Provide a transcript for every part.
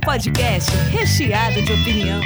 podcast recheado de opinião.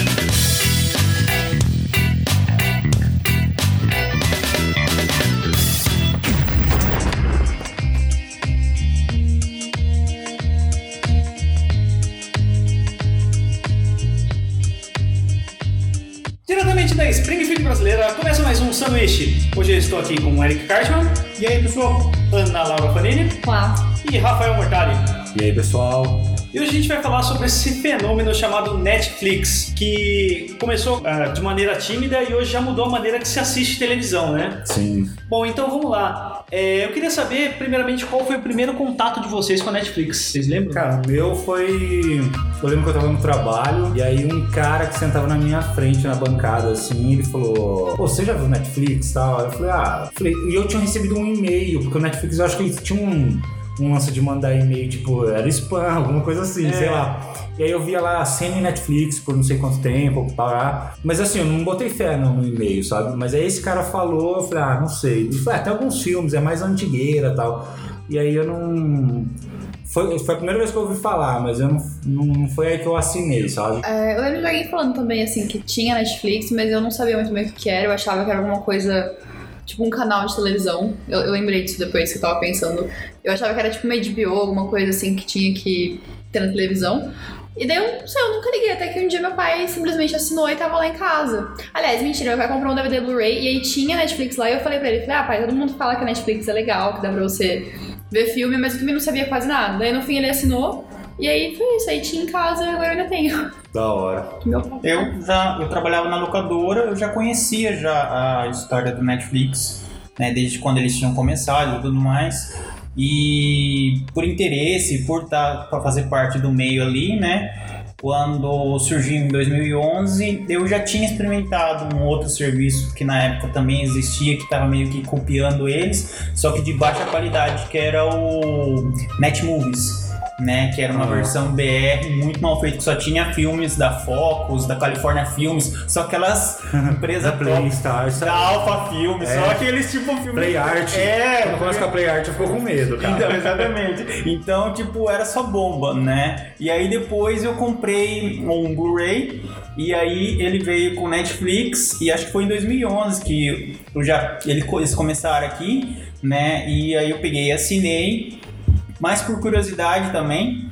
Diretamente da Springfield brasileira, começa mais um Sanduíche. Hoje eu estou aqui com o Eric Cartman. E aí, pessoal? Ana Laura Fanini. Olá. E Rafael Mortari. E aí, pessoal? E hoje a gente vai falar sobre esse fenômeno chamado Netflix, que começou de maneira tímida e hoje já mudou a maneira que se assiste televisão, né? Sim. Bom, então vamos lá. Eu queria saber, primeiramente, qual foi o primeiro contato de vocês com a Netflix. Vocês lembram? Cara, o meu foi... Eu lembro que eu tava no trabalho e aí um cara que sentava na minha frente, na bancada, assim, ele falou: "Pô, você já viu Netflix e tal?" Eu falei, e eu tinha recebido um e-mail, porque o Netflix, eu acho que eles tinham um lance de mandar e-mail, tipo, era spam, alguma coisa assim, sei lá. E aí eu via lá, semi-Netflix por não sei quanto tempo, parar. Mas assim, eu não botei fé no e-mail, sabe? Mas aí esse cara falou, eu falei, não sei. Ele falou, tem alguns filmes, é mais antigueira e tal. E aí eu não... Foi a primeira vez que eu ouvi falar, mas eu não foi aí que eu assinei, sabe? Eu lembro de alguém falando também, assim, que tinha Netflix, mas eu não sabia muito bem o que era. Eu achava que era alguma coisa... tipo um canal de televisão. Eu lembrei disso depois que eu tava pensando. Eu achava que era tipo uma HBO, alguma coisa assim que tinha que ter na televisão. E daí eu não sei, eu nunca liguei, até que um dia meu pai simplesmente assinou e tava lá em casa. Aliás, mentira, meu pai comprou um DVD Blu-ray e aí tinha Netflix lá e eu falei pra ele, pai, todo mundo fala que a Netflix é legal, que dá pra você ver filme, mas eu também não sabia quase nada. Daí no fim ele assinou e aí foi isso, aí tinha em casa e agora eu ainda tenho. Da hora. Eu trabalhava na locadora, eu já conhecia a história do Netflix, né, desde quando eles tinham começado e tudo mais. E por interesse, por fazer parte do meio ali, né, quando surgiu em 2011, eu já tinha experimentado um outro serviço que na época também existia, que estava meio que copiando eles, só que de baixa qualidade, que era o Netmovies, né, que era uma versão BR muito mal feita, que só tinha filmes da Focus, da California Filmes, só aquelas empresas Playstar, da Alpha Filmes, só aqueles tipo filmes... Play Art. Quando começa com a Play Art eu fico com medo, cara. Então, exatamente. Então, tipo, era só bomba, né? E aí depois eu comprei um Blu-ray e aí ele veio com Netflix e acho que foi em 2011 que eles começaram aqui, né? E aí eu peguei e assinei, mas por curiosidade também.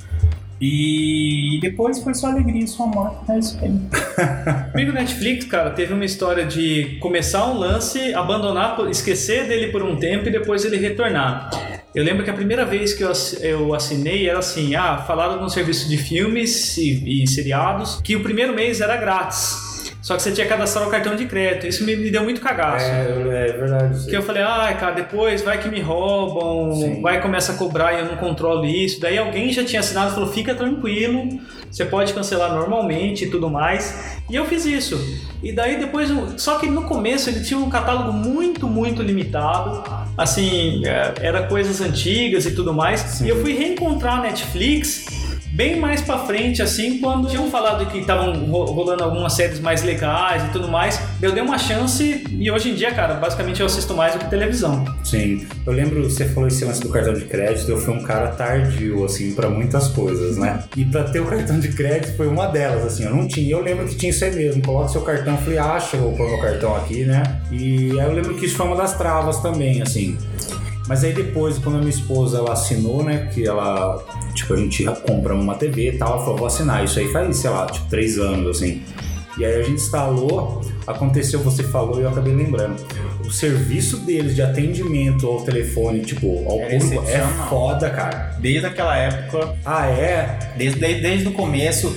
E depois foi só alegria e só amor. É isso aí. Comigo, Netflix, cara, teve uma história de começar um lance, abandonar, esquecer dele por um tempo e depois ele retornar. Eu lembro que a primeira vez que eu assinei era assim, falaram no serviço de filmes e seriados que o primeiro mês era grátis. Só que você tinha que cadastrar o cartão de crédito. Isso me deu muito cagaço. É verdade. Porque eu falei, cara, depois vai que me roubam, sim, vai começar a cobrar e eu não controlo isso. Daí alguém já tinha assinado e falou, fica tranquilo, você pode cancelar normalmente e tudo mais. E eu fiz isso. E daí depois, só que no começo ele tinha um catálogo muito, muito limitado. Assim, era coisas antigas e tudo mais. Sim. E eu fui reencontrar a Netflix bem mais pra frente, assim, quando tinham falado que estavam rolando algumas séries mais legais e tudo mais, eu dei uma chance e hoje em dia, cara, basicamente eu assisto mais do que televisão. Sim, eu lembro, você falou esse lance do cartão de crédito, eu fui um cara tardio, assim, pra muitas coisas, né? E pra ter o cartão de crédito foi uma delas, assim, eu não tinha, eu lembro que tinha isso aí mesmo, coloca seu cartão, eu falei, acho que eu vou pôr meu cartão aqui, né? E aí eu lembro que isso foi uma das travas também, assim. Mas aí depois, quando a minha esposa, ela assinou, né, que ela, tipo, a gente compra uma TV e tal, ela falou, vou assinar. Isso aí faz, sei lá, tipo, 3 anos, assim. E aí a gente instalou, aconteceu, você falou e eu acabei lembrando. O serviço deles de atendimento ao telefone, tipo, ao público, é foda, cara. Desde aquela época. Desde o começo,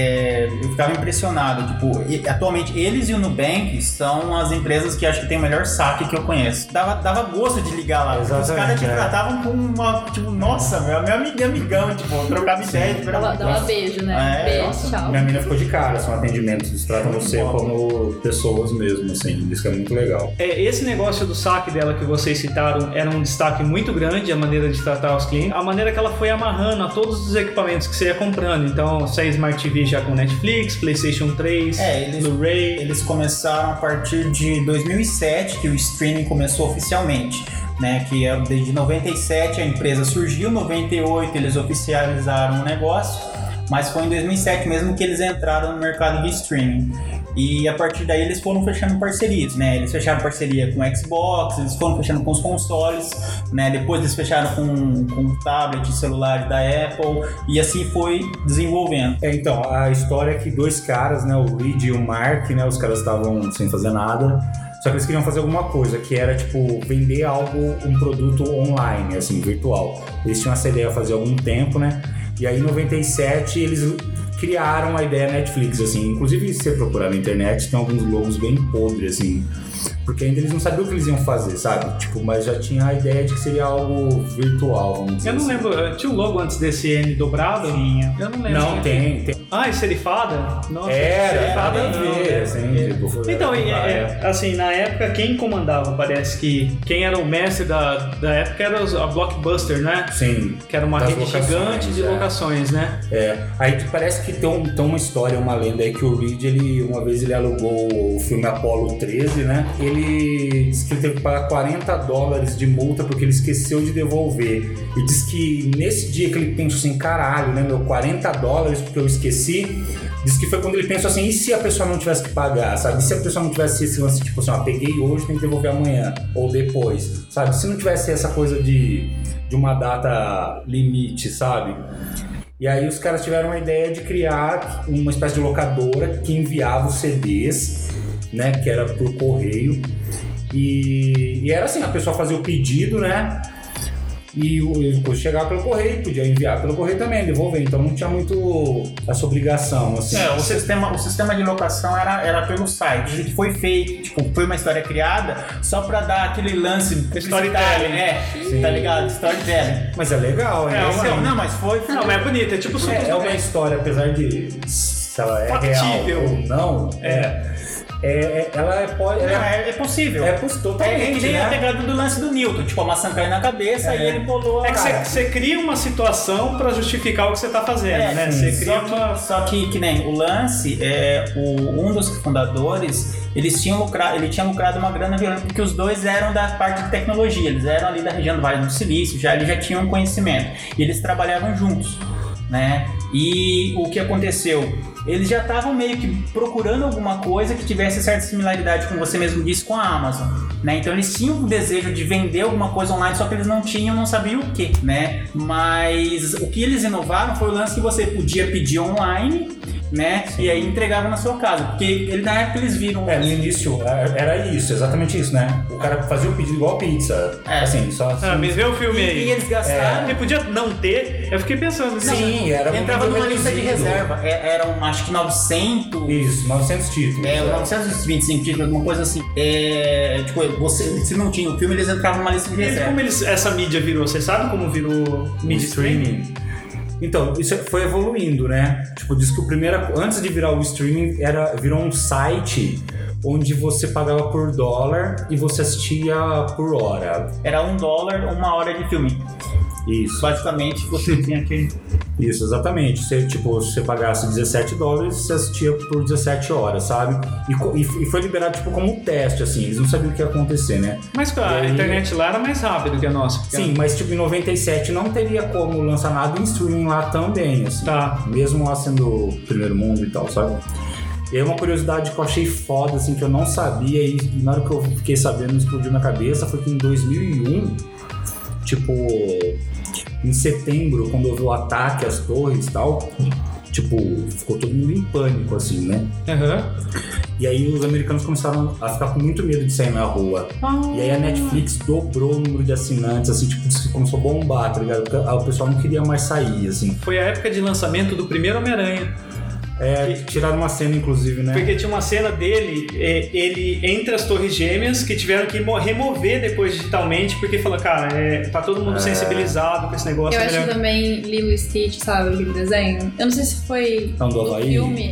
eu ficava impressionado. Tipo, atualmente, eles e o Nubank são as empresas que acho que tem o melhor saque que eu conheço. Dava gosto de ligar lá. Os caras te tratavam com uma, tipo, nossa, meu amigão, tipo, trocava ideia. Dava beijo, né? Beijo, tchau. Minha mina ficou de cara, são atendimentos, eles tratam você como pessoas mesmo, assim, isso que é muito legal. Esse negócio do saque dela que vocês citaram era um destaque muito grande, a maneira de tratar os clientes, a maneira que ela foi amarrando a todos os equipamentos que você ia comprando. Então, você é Smart TV já com Netflix, PlayStation 3, Blu-ray. Eles começaram a partir de 2007 que o streaming começou oficialmente, né? Que desde 97 a empresa surgiu, 98 eles oficializaram o negócio. mas foi em 2007 mesmo que eles entraram no mercado de streaming. E a partir daí eles foram fechando parcerias, né? Eles fecharam parceria com o Xbox, eles foram fechando com os consoles, né? Depois eles fecharam com tablet, celulares da Apple, e assim foi desenvolvendo. Então, a história é que dois caras, né, o Reed e o Mark, né, os caras estavam sem fazer nada, só que eles queriam fazer alguma coisa, que era, tipo, vender algo, um produto online, assim, virtual. Eles tinham essa ideia fazer algum tempo, né? E aí, em 97, eles criaram a ideia Netflix, assim. Inclusive, se você procurar na internet, tem alguns logos bem podres, assim. Porque ainda eles não sabiam o que eles iam fazer, sabe? Tipo, mas já tinha a ideia de que seria algo virtual, vamos dizer. Eu não lembro, tinha um logo antes desse N dobrado? Tinha. Eu não lembro. Não, tem. Ah, e serifada? Nossa, Era serifada não. assim, Então, assim, na época, quem comandava, parece que quem era o mestre da época era a Blockbuster, né? Sim. Que era uma rede gigante de locações, né? Aí parece que tem uma história, uma lenda aí que o Reed, uma vez ele alugou o filme Apollo 13, né? Ele disse que ele teve que pagar $40 de multa porque ele esqueceu de devolver. E diz que nesse dia que ele pensou assim, caralho, né, meu, $40 porque eu esqueci. Diz que foi quando ele pensou assim, e se a pessoa não tivesse que pagar, sabe? E se a pessoa não tivesse esse lance, tipo assim, peguei hoje, tem que devolver amanhã, ou depois, sabe? Se não tivesse essa coisa de uma data limite, sabe? E aí os caras tiveram a ideia de criar uma espécie de locadora que enviava os CDs, né, que era por correio, e era assim, a pessoa fazia o pedido, né, e chegava pelo correio, podia enviar pelo correio também, devolver, então não tinha muito essa obrigação, assim. O sistema de locação era pelo site, que foi feito, tipo, foi uma história criada só pra dar aquele lance storytelling, tá ligado? Storytelling. Mas é legal, Não, mas foi. Não, mas é bonito, é tipo é uma história, apesar de se ela é factível real ou não, é possível. Totalmente, é que nem né? a pegada do lance do Newton. Tipo, a maçã caiu na cabeça e ele pulou. É que você cria uma situação pra justificar o que você tá fazendo, né? Você cria Só que nem o lance, um dos fundadores, ele tinha lucrado uma grana violenta, porque os dois eram da parte de tecnologia. Eles eram ali da região do Vale do Silício, eles já tinham conhecimento. E eles trabalhavam juntos, né? E o que aconteceu? Eles já estavam meio que procurando alguma coisa que tivesse certa similaridade, como você mesmo disse, com a Amazon, né? Então eles tinham o desejo de vender alguma coisa online, só que eles não sabiam o que, né? Mas o que eles inovaram foi o lance que você podia pedir online, né? Sim. E aí entregava na sua casa, porque na época eles viram... no início era isso, exatamente isso, né? O cara fazia o pedido igual pizza, assim, só assim. Me vê o filme aí. E eles gastaram... Porque podia não ter, eu fiquei pensando nisso. Sim, era entrava numa lista de reserva, eram acho que 900... Isso, 900 títulos. 925 títulos, alguma coisa assim. Tipo, se não tinha o filme, eles entravam numa lista de reserva. Como essa mídia virou? Você sabe como virou mídia streaming? Então, isso foi evoluindo, né? Tipo, diz que antes de virar o streaming, virou um site onde você pagava por dólar e você assistia por hora. Era $1, 1 hora de filme. Isso. Basicamente, você tinha que... Isso, exatamente. Se você pagasse $17, você assistia por 17 horas, sabe? E foi liberado, tipo, como um teste, assim. Eles não sabiam o que ia acontecer, né? Mas a internet lá era mais rápida que a nossa. Sim, mas, tipo, em 97 não teria como lançar nada em streaming lá também, assim. Tá. Mesmo lá sendo o primeiro mundo e tal, sabe? E aí uma curiosidade que eu achei foda, assim, que eu não sabia, e na hora que eu fiquei sabendo, explodiu na cabeça, foi que em 2001, tipo... Em setembro, quando houve o ataque às torres e tal, tipo, ficou todo mundo em pânico, assim, né? E aí os americanos começaram a ficar com muito medo de sair na rua. E aí a Netflix dobrou o número de assinantes, assim, tipo, começou a bombar, tá ligado? Porque o pessoal não queria mais sair, assim. Foi a época de lançamento do primeiro Homem-Aranha. Tiraram uma cena, inclusive, né? Porque tinha uma cena dele, ele entre as torres gêmeas, que tiveram que remover depois digitalmente, porque falou, cara, tá todo mundo sensibilizado com esse negócio. Eu acho que também Lilo e Stitch, sabe, aquele desenho? Eu não sei se foi no filme.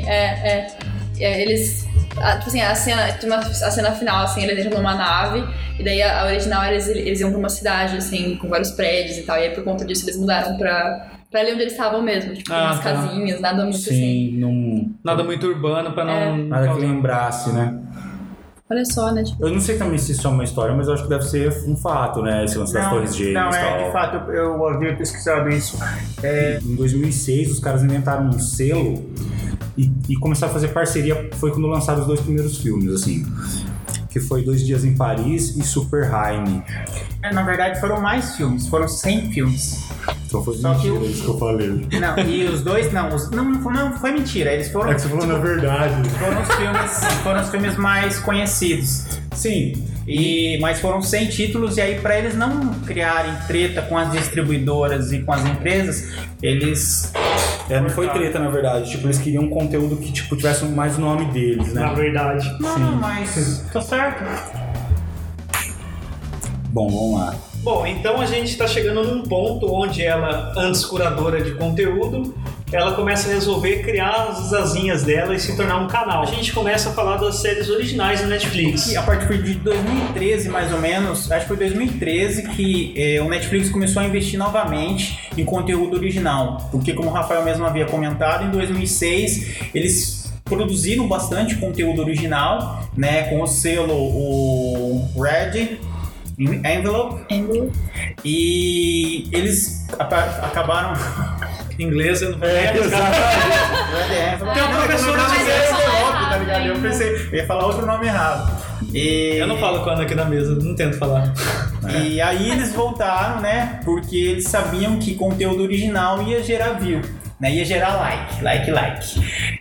Eles... Tipo assim, a cena final, assim, eles entram numa nave, e daí a original eles iam pra uma cidade, assim, com vários prédios e tal, e aí por conta disso eles mudaram pra ali onde eles estavam mesmo, tipo, umas casinhas, nada muito assim. Nada muito urbano pra não... Nada que lembrasse, né? Olha só, né? Tipo, Eu não sei também se isso é uma história, mas eu acho que deve ser um fato, né? Esse lance das Torres Gêmeas Não, e tal. de fato, eu havia pesquisado isso. Em 2006, os caras inventaram um selo e começaram a fazer parceria. Foi quando lançaram os 2 primeiros filmes, assim. Que foi 2 Dias em Paris e Superheim. Na verdade, foram mais filmes. Foram 100 filmes. Então foi Só que mentira isso que eu falei. Não, e os dois, não foi mentira. Eles foram... É que você falou na verdade. Foram os filmes mais conhecidos. Sim. Mas foram 100 títulos, e aí pra eles não criarem treta com as distribuidoras e com as empresas, eles... Não foi treta, na verdade. Tipo, eles queriam um conteúdo que tipo, tivesse mais o nome deles, né? Na verdade. Não, mas tá certo. Bom, vamos lá. Bom, então a gente está chegando num ponto onde ela, antes curadora de conteúdo, ela começa a resolver criar as asinhas dela e se tornar um canal. A gente começa a falar das séries originais da Netflix. E a partir de 2013, mais ou menos, acho que foi 2013 que o Netflix começou a investir novamente em conteúdo original. Porque, como o Rafael mesmo havia comentado, em 2006 eles produziram bastante conteúdo original, né, com o selo o Red Envelope. E eles acabaram... Inglês, eu não vou Tem uma professora de inglês, tá ligado? Eu pensei, eu ia falar outro nome errado. Eu não falo quando aqui na mesa, não tento falar. E aí eles voltaram, né? Porque eles sabiam que conteúdo original ia gerar view, né? Ia gerar like.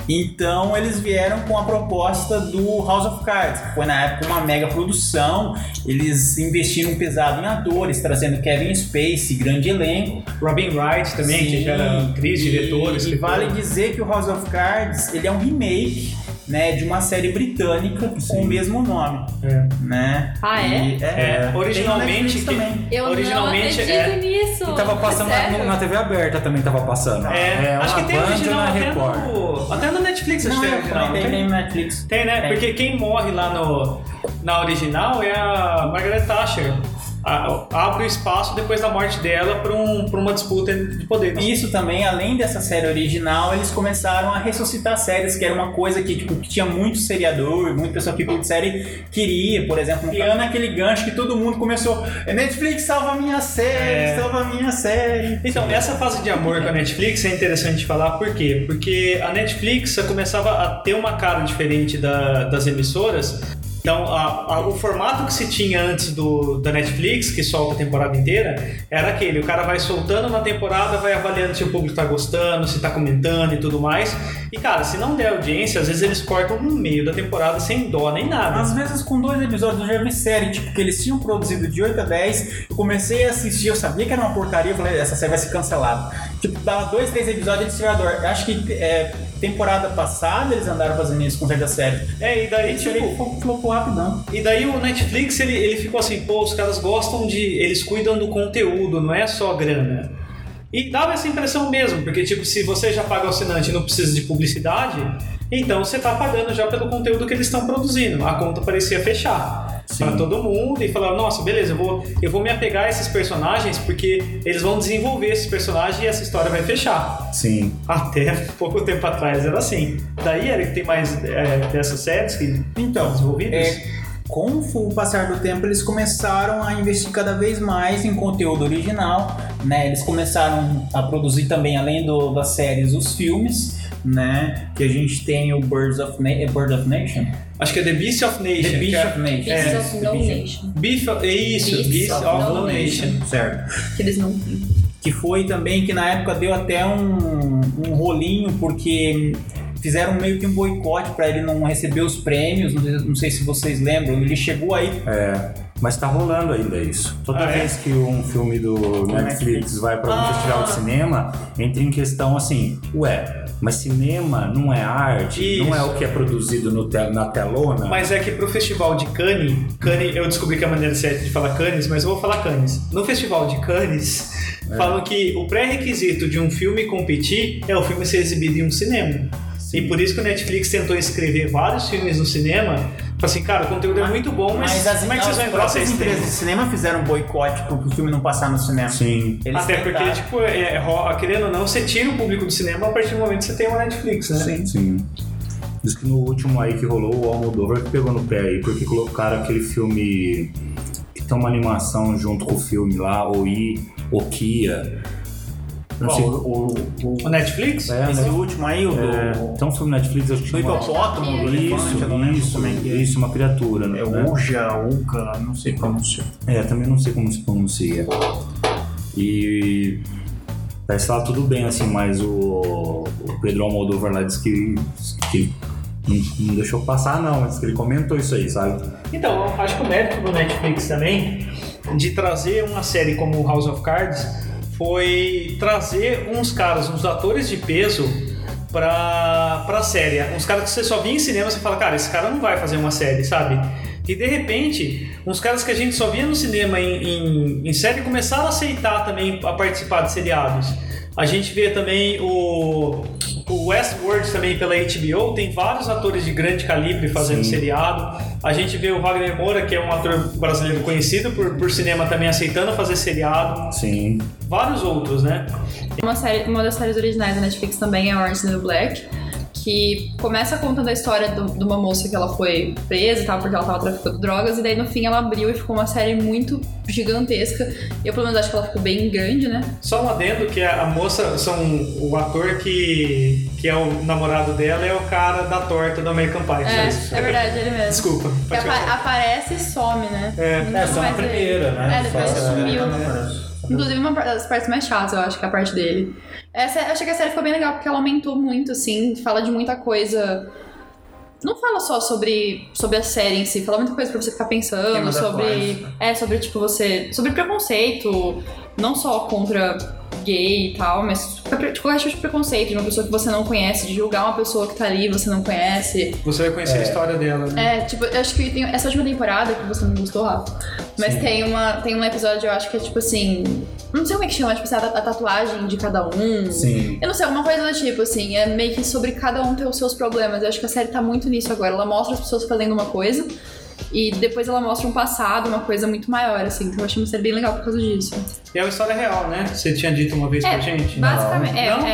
Então eles vieram com a proposta do House of Cards, que foi na época uma mega produção. Eles investiram pesado em atores, trazendo Kevin Spacey, grande elenco. Robin Wright também, Sim, que já era atriz, diretor, e vale dizer que o House of Cards ele é um remake, né, de uma série britânica com o mesmo nome, né? Ah, é? Originalmente também. Eu originalmente não acredito nisso. E tava passando na TV aberta também, tava passando. Acho que tem Band original na até Record. até no Netflix, acho que tem original. Tem no Netflix. Tem, né? Tem. Porque quem morre lá na original é a Margaret Thatcher. Abre o espaço depois da morte dela para uma disputa de poder. Isso também, além dessa série original, eles começaram a ressuscitar séries, que era uma coisa que tinha muito seriador, muita pessoa que de série queria, por exemplo, criando aquele gancho que todo mundo começou, Netflix, salva minha série, salva minha série. Então, essa fase de amor com a Netflix é interessante de falar, por quê? Porque a Netflix começava a ter uma cara diferente das emissoras. Então, o formato que se tinha antes da Netflix, que solta a temporada inteira, era aquele: o cara vai soltando na temporada, vai avaliando se o público tá gostando, se tá comentando e tudo mais. E, cara, se não der audiência, às vezes eles cortam no meio da temporada sem dó nem nada. Às vezes com 2 episódios eu já vi série, tipo, que eles tinham produzido de 8 a 10, eu comecei a assistir, eu sabia que era uma porcaria, eu falei, essa série vai ser cancelada. Tipo, dava 2, 3 episódios eles tiveram dor. Acho que temporada passada eles andaram fazendo isso com certa série. E daí, tipo, flopou rapidão. E daí o Netflix, ele ficou assim, pô, os caras gostam eles cuidam do conteúdo, não é só grana. E dava essa impressão mesmo, porque tipo, se você já paga o assinante e não precisa de publicidade, então você tá pagando já pelo conteúdo que eles estão produzindo. A conta parecia fechar para todo mundo e falar, nossa, beleza, eu vou me apegar a esses personagens porque eles vão desenvolver esses personagens e essa história vai fechar. Sim. Até pouco tempo atrás era assim. Daí era que tem mais dessas séries que estão desenvolvidas. Com o passar do tempo, eles começaram a investir cada vez mais em conteúdo original, né? Eles começaram a produzir também, além das séries, os filmes, né? Que a gente tem o Bird of Nation. Acho que é The Beast of Nation. The Beast of Nation. Beast of No Nation. Beast of No Nation. Certo. Que eles não têm. Que foi também que na época deu até um rolinho, porque fizeram meio que um boicote para ele não receber os prêmios, não sei se vocês lembram, ele chegou aí. Mas tá rolando ainda isso. Toda vez que um filme do Netflix vai para um festival de cinema, entra em questão assim, mas cinema não é arte, isso. Não é o que é produzido na telona. Mas é que pro festival de Cannes, eu descobri que a maneira certa de falar Cannes, mas eu vou falar Cannes. No festival de Cannes, falam que o pré-requisito de um filme competir é o filme ser exibido em um cinema. Sim. E por isso que o Netflix tentou inscrever vários filmes no cinema. Assim, cara, o conteúdo é muito bom, mas como é que vocês vão entrar sem empresas de cinema fizeram um boicote pro filme não passar no cinema. Sim. Até porque, tipo, querendo ou não, você tira o público do cinema a partir do momento que você tem uma Netflix, né? Sim. Diz que no último aí que rolou, o Almodóvar que pegou no pé aí, porque colocaram aquele filme que tem uma animação junto com o filme lá, Okia. Não sei. O Netflix? Esse último aí, tem um filme Netflix, eu do hipopótamo, do elefante, eu não lembro como é que é. Isso, uma criatura, né? Uka, não sei pronunciar. Também não sei como se pronuncia. E parece que lá tudo bem, assim, mas o Pedro Almodóvar lá disse que não deixou passar, não. Disse que ele comentou isso aí, sabe? Então, eu acho que o mérito do Netflix também de trazer uma série como House of Cards foi trazer uns atores de peso pra série. Uns caras que você só via em cinema, você fala, cara, esse cara não vai fazer uma série, sabe? E de repente, uns caras que a gente só via no cinema em série começaram a aceitar também a participar de seriados. A gente vê também o Westworld também pela HBO, tem vários atores de grande calibre fazendo seriado. A gente vê o Wagner Moura, que é um ator brasileiro conhecido por cinema, também aceitando fazer seriado. Sim. Vários outros, né? Uma das séries originais da Netflix também é Orange is the New Black, que começa contando a história de uma moça que ela foi presa e tal, porque ela estava traficando drogas, e daí no fim ela abriu e ficou uma série muito gigantesca. Eu pelo menos acho que ela ficou bem grande, né? Só um adendo que a moça, o ator que é o namorado dela é o cara da torta do American Pie. É verdade, ele mesmo. Desculpa. Aparece e some, né? Só na primeira, né? Depois sumiu. Inclusive uma das partes mais chatas, eu acho, que é a parte dele. Eu achei que a série ficou bem legal, porque ela aumentou muito, assim, fala de muita coisa. Não fala só sobre a série em si, fala muita coisa pra você ficar pensando, sobre tipo, sobre preconceito, não só contra gay e tal, mas tipo, qualquer tipo de preconceito de uma pessoa que você não conhece, de julgar uma pessoa que tá ali e você não conhece. Você vai conhecer a história dela, né? Tipo, eu acho que tem essa última temporada que você não gostou, Rafa, mas tem um episódio, eu acho que é tipo assim, não sei como é que chama, tipo, a tatuagem de cada um. Sim. Eu não sei, alguma coisa do tipo, assim, é meio que sobre cada um ter os seus problemas. Eu acho que a série tá muito nisso agora, ela mostra as pessoas fazendo uma coisa e depois ela mostra um passado, uma coisa muito maior, assim, então eu achei uma série bem legal por causa disso. E é uma história real, né? Você tinha dito uma vez pra gente? Basicamente,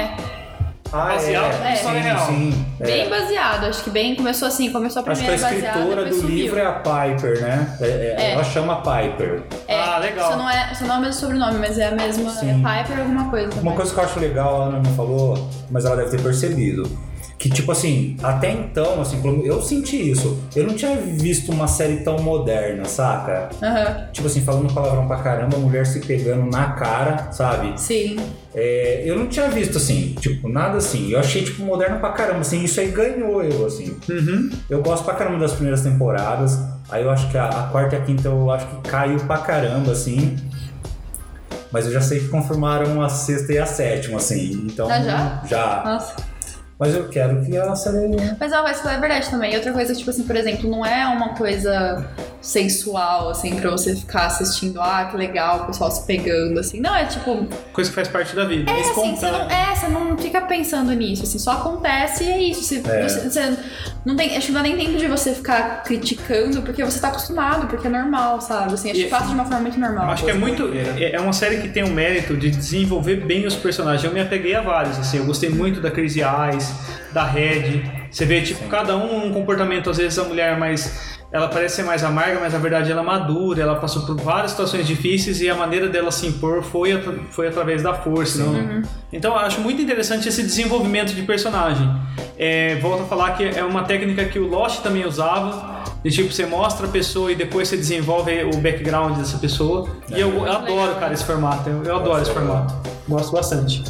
baseado na história real. Sim. Bem baseado, acho que começou a primeira baseada. Acho que a escritora do livro é a Piper, né? Ela chama Piper. Legal. Só não é o mesmo sobrenome, mas é a mesma, Piper alguma coisa também. Uma coisa que eu acho legal, a Ana não falou, mas ela deve ter percebido, que tipo assim, até então, assim, eu senti isso. Eu não tinha visto uma série tão moderna, saca? Tipo assim, falando palavrão pra caramba, mulher se pegando na cara, sabe? Sim. Eu não tinha visto, assim, tipo, nada assim. Eu achei, tipo, moderno pra caramba, assim, isso aí ganhou eu, assim. Eu gosto pra caramba das primeiras temporadas. Aí eu acho que a quarta e a quinta eu acho que caiu pra caramba, assim. Mas eu já sei que confirmaram a sexta e a sétima, assim. Então, já. Nossa. Mas eu quero que a série... Mas isso é verdade também. E outra coisa, tipo assim, por exemplo, não é uma coisa sensual, assim, pra você ficar assistindo, que legal, o pessoal se pegando, assim. Não, é tipo... coisa que faz parte da vida. Assim, você não fica pensando nisso, assim, só acontece e é isso. Você não tem, acho que não dá nem tempo de você ficar criticando, porque você tá acostumado, porque é normal, sabe? Assim, acho que passa de uma forma muito normal. Acho que é uma série que tem um mérito de desenvolver bem os personagens. Eu me apeguei a vários, assim, eu gostei muito da Crazy Eyes, da Red. Você vê, tipo, cada um comportamento, às vezes a mulher ela parece ser mais amarga, mas na verdade ela é madura, ela passou por várias situações difíceis e a maneira dela se impor foi através da força. Então eu acho muito interessante esse desenvolvimento de personagem. Volto a falar que é uma técnica que o Lost também usava, de tipo, você mostra a pessoa e depois você desenvolve o background dessa pessoa. E eu adoro, cara, esse formato. Eu adoro esse formato. Gosto bastante.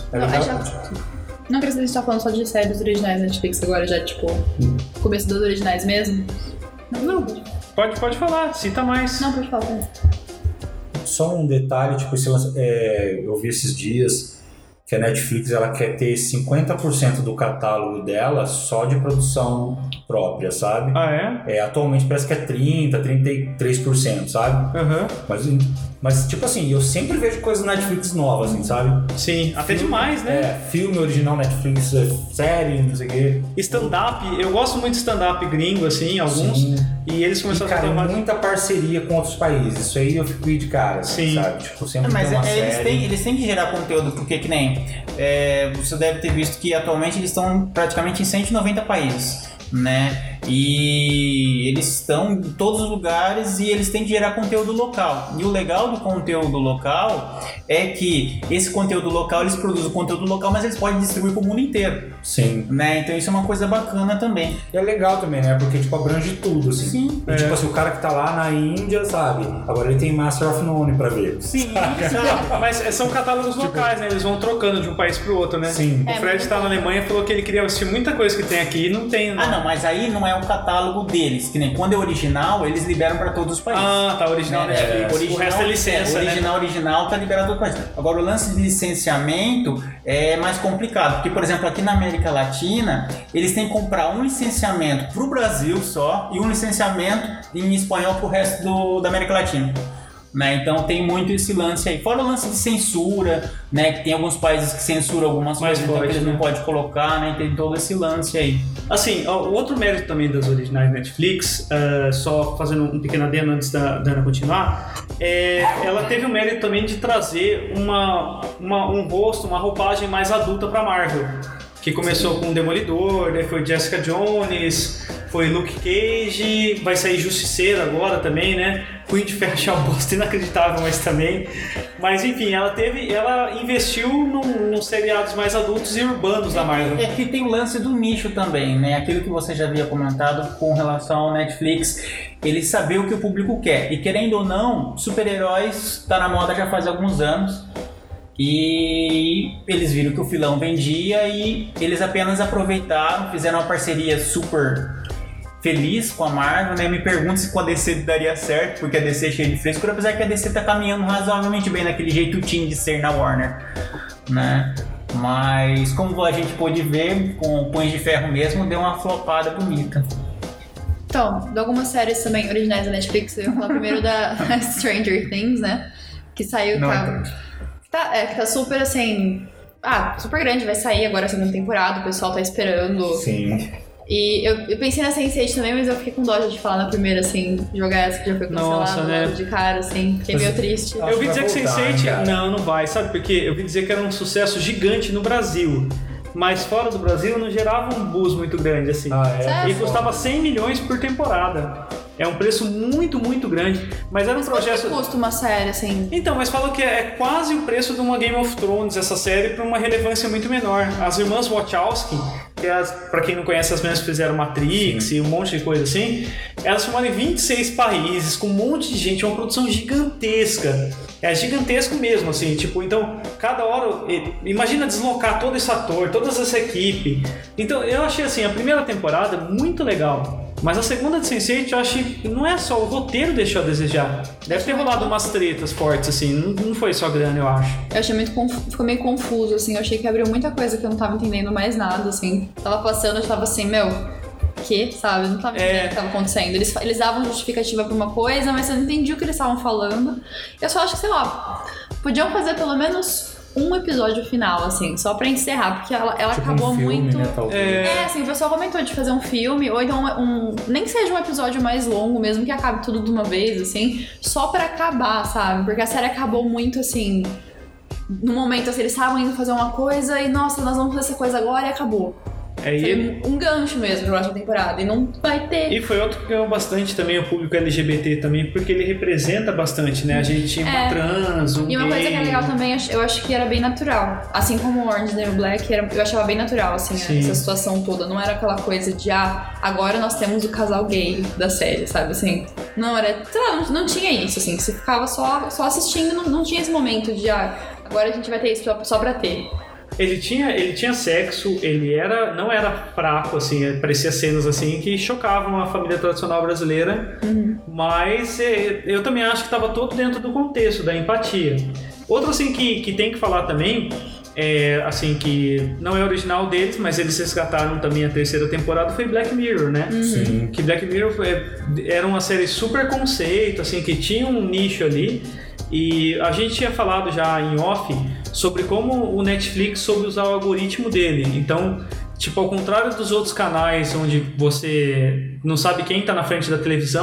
Não acredito que a gente tá falando só de séries originais da Netflix agora, já, tipo, começo das originais mesmo. Não. Pode falar, cita mais. Não, pode falar. Só um detalhe, tipo, eu vi esses dias que a Netflix ela quer ter 50% do catálogo dela só de produção própria, sabe? Atualmente parece que é 33%, sabe? Mas tipo assim, eu sempre vejo coisas na Netflix novas, assim, sabe? Sim, até demais, né? Filme original Netflix, série, não sei o quê. Stand-up, eu gosto muito de stand-up gringo, assim, alguns. Sim. E eles começaram a fazer muita parceria com outros países. Isso aí eu fico de cara, sim, sabe? Tipo, sempre mas tem uma série. Eles têm que gerar conteúdo, porque que nem... você deve ter visto que atualmente eles estão praticamente em 190 países. né? E eles estão em todos os lugares e eles têm que gerar conteúdo local. E o legal do conteúdo local é que esse conteúdo local, eles produzem o conteúdo local, mas eles podem distribuir para o mundo inteiro. Sim. Né? Então isso é uma coisa bacana também. E é legal também, né? Porque, tipo, abrange tudo, assim. Sim. E, tipo assim, o cara que tá lá na Índia, sabe? Agora ele tem Master of None pra ver. Sim, Mas são catálogos locais, né? Eles vão trocando de um país pro outro, né? Sim. O Fred tá na Alemanha e falou que ele queria assistir muita coisa que tem aqui e não tem, né? Ah, não, mas aí não é o catálogo deles, que nem quando é original, eles liberam para todos os países. Ah, tá, original Netflix. O resto é licença, original tá liberado para todos os países. Agora, o lance de licenciamento é mais complicado, porque, por exemplo, aqui na América Latina, eles têm que comprar um licenciamento pro Brasil só e um licenciamento em espanhol pro resto da América Latina. Né? Então tem muito esse lance aí. Fora o lance de censura, né? Que tem alguns países que censuram algumas coisas, então que eles não podem colocar, né? Tem todo esse lance aí. Assim, o outro mérito também das originais Netflix, só fazendo um pequeno adendo antes da Ana continuar, ela teve o mérito também de trazer um rosto, uma roupagem mais adulta pra Marvel. Que começou com o Demolidor, daí foi Jessica Jones, foi Luke Cage, vai sair Justiceiro agora também, né? Punho de Ferro achei uma bosta inacreditável, mas também. Mas enfim, ela investiu nos seriados mais adultos e urbanos da Marvel. É que tem o lance do nicho também, né? Aquilo que você já havia comentado com relação ao Netflix, ele saber o que o público quer. E querendo ou não, super-heróis tá na moda já faz alguns anos. E eles viram que o filão vendia e eles apenas aproveitaram, fizeram uma parceria super feliz com a Marvel, né? Me pergunto se com a DC daria certo, porque a DC é cheia de frescura, apesar que a DC tá caminhando razoavelmente bem naquele jeito teen de ser na Warner, né? Mas como a gente pôde ver, com Punhos de Ferro mesmo, deu uma flopada bonita. Então, de algumas séries também originais da Netflix, eu ia falar primeiro da Stranger Things, né? Que saiu... que tá super, assim... super grande, vai sair agora a segunda temporada, o pessoal tá esperando. Sim. E eu pensei na Sense8 também, mas eu fiquei com dó de falar na primeira, assim, jogar essa que já foi cancelada né? de cara, assim. Fiquei meio triste. Eu ouvi dizer que Sense8... Não vai, sabe por quê? Eu ouvi dizer que era um sucesso gigante no Brasil. Mas fora do Brasil não gerava um buzz muito grande, assim. E custava 100 milhões por temporada. É um preço muito, muito grande. Mas era um projeto... Quanto custa uma série, assim? Então, mas falou que é quase o preço de uma Game of Thrones, essa série, por uma relevância muito menor. As irmãs Wachowski, que pra quem não conhece, as meninas que fizeram Matrix e um monte de coisa assim, elas filmaram em 26 países, com um monte de gente, uma produção gigantesca. É gigantesco mesmo, assim, tipo, então, cada hora, imagina deslocar todo esse ator, toda essa equipe. Então, eu achei, assim, a primeira temporada muito legal, mas a segunda de Sense8, eu achei que não é só o roteiro deixou a desejar. Deve ter rolado umas tretas fortes, assim, não foi só grana, eu acho. Eu achei ficou meio confuso, assim, eu achei que abriu muita coisa que eu não tava entendendo mais nada, assim. Tava passando, eu tava assim, que, sabe? Eu não tava entendendo o que tava acontecendo. Eles davam justificativa pra uma coisa, mas eu não entendi o que eles estavam falando. Eu só acho que, sei lá, podiam fazer pelo menos um episódio final, assim, só pra encerrar, porque ela tipo acabou um filme, muito... Né, assim, o pessoal comentou de fazer um filme, ou então nem que seja um episódio mais longo mesmo, que acabe tudo de uma vez, assim, só pra acabar, sabe? Porque a série acabou muito, assim... No momento, assim, eles estavam indo fazer uma coisa e, nossa, nós vamos fazer essa coisa agora e acabou. Um gancho mesmo pra próxima temporada, e não vai ter. E foi outro que ganhou bastante também o público LGBT também, porque ele representa bastante, né? A gente tinha uma trans, um E uma gay. coisa que é legal também, eu acho que era bem natural. Assim como o Orange is the New Black, eu achava bem natural, assim, essa situação toda. Não era aquela coisa de, agora nós temos o casal gay da série, sabe? Assim, não era... Sei lá, não tinha isso, assim. Você ficava só assistindo, não tinha esse momento de, agora a gente vai ter isso só pra ter. Ele tinha sexo, não era fraco, assim, parecia cenas assim que chocavam a família tradicional brasileira, mas eu também acho que estava todo dentro do contexto, da empatia. Outro assim que tem que falar também, assim, que não é original deles, mas eles resgataram também a terceira temporada, foi Black Mirror, né? Sim. Que Black Mirror era uma série super conceito, assim, que tinha um nicho ali, e a gente tinha falado já em off sobre como o Netflix soube usar o algoritmo dele. Então, tipo, ao contrário dos outros canais onde você não sabe quem está na frente da televisão,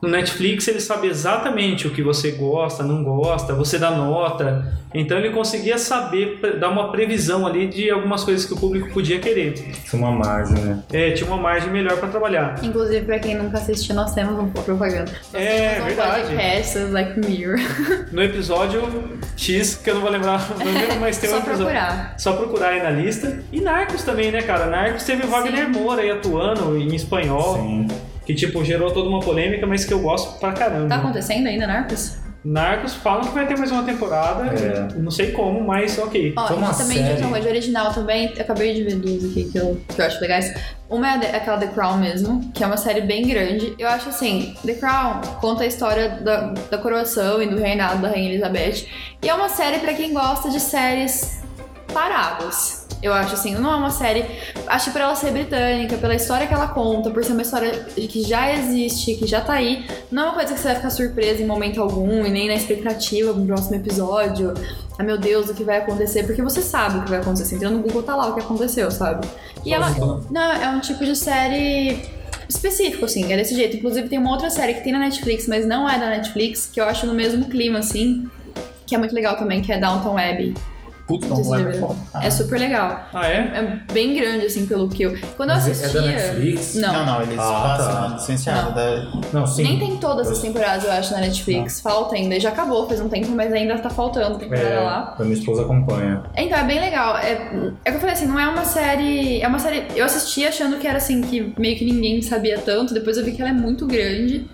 No Netflix ele sabe exatamente o que você gosta, não gosta, você dá nota. Então ele conseguia saber, dar uma previsão ali de algumas coisas que o público podia querer. Tinha uma margem, né? Tinha uma margem melhor pra trabalhar. Inclusive, pra quem nunca assistiu, nós temos um propaganda. Verdade. Podcasts like Mirror. No episódio X, que eu não vou lembrar o número, mas tem um episódio. Procurar. Só procurar aí na lista. E Narcos também, né, cara? Narcos teve o Wagner Moura aí atuando em espanhol. Sim. Que, tipo, gerou toda uma polêmica, mas que eu gosto pra caramba. Tá acontecendo ainda, Narcos? Narcos falam que vai ter mais uma temporada. Não sei como, mas ok. Ó, Foi uma também série. de coisa original também, eu acabei de ver duas aqui que eu acho legais. Uma é aquela The Crown mesmo, que é uma série bem grande. Eu acho assim, The Crown conta a história da coroação e do reinado da Rainha Elizabeth. E é uma série pra quem gosta de séries paradas. Eu acho assim, não é uma série... Acho que por ela ser britânica, pela história que ela conta, por ser uma história que já existe, que já tá aí, não é uma coisa que você vai ficar surpresa em momento algum e nem na expectativa do próximo episódio. Ah, meu Deus, o que vai acontecer? Porque você sabe o que vai acontecer. Entrando no Google tá lá o que aconteceu, sabe? E ela... Não, é um tipo de série... específico, assim, é desse jeito. Inclusive tem uma outra série que tem na Netflix, mas não é da Netflix, que eu acho no mesmo clima, assim, que é muito legal também, que é Downton Abbey. Puta, não lembro. É super legal. Ah, é? É bem grande, assim, pelo que eu... Quando eu Mas assistia... é da Netflix? Não. Eles tá. passam licenciado. Não, sim. Nem tem todas as temporadas, eu acho, na Netflix. Falta ainda. Já acabou faz um tempo, mas ainda tá faltando temporada lá. A minha esposa acompanha. Então, é bem legal. É que eu falei assim, não é uma série... É uma série... Eu assisti achando que era assim, que meio que ninguém sabia tanto. Depois eu vi que ela é muito grande.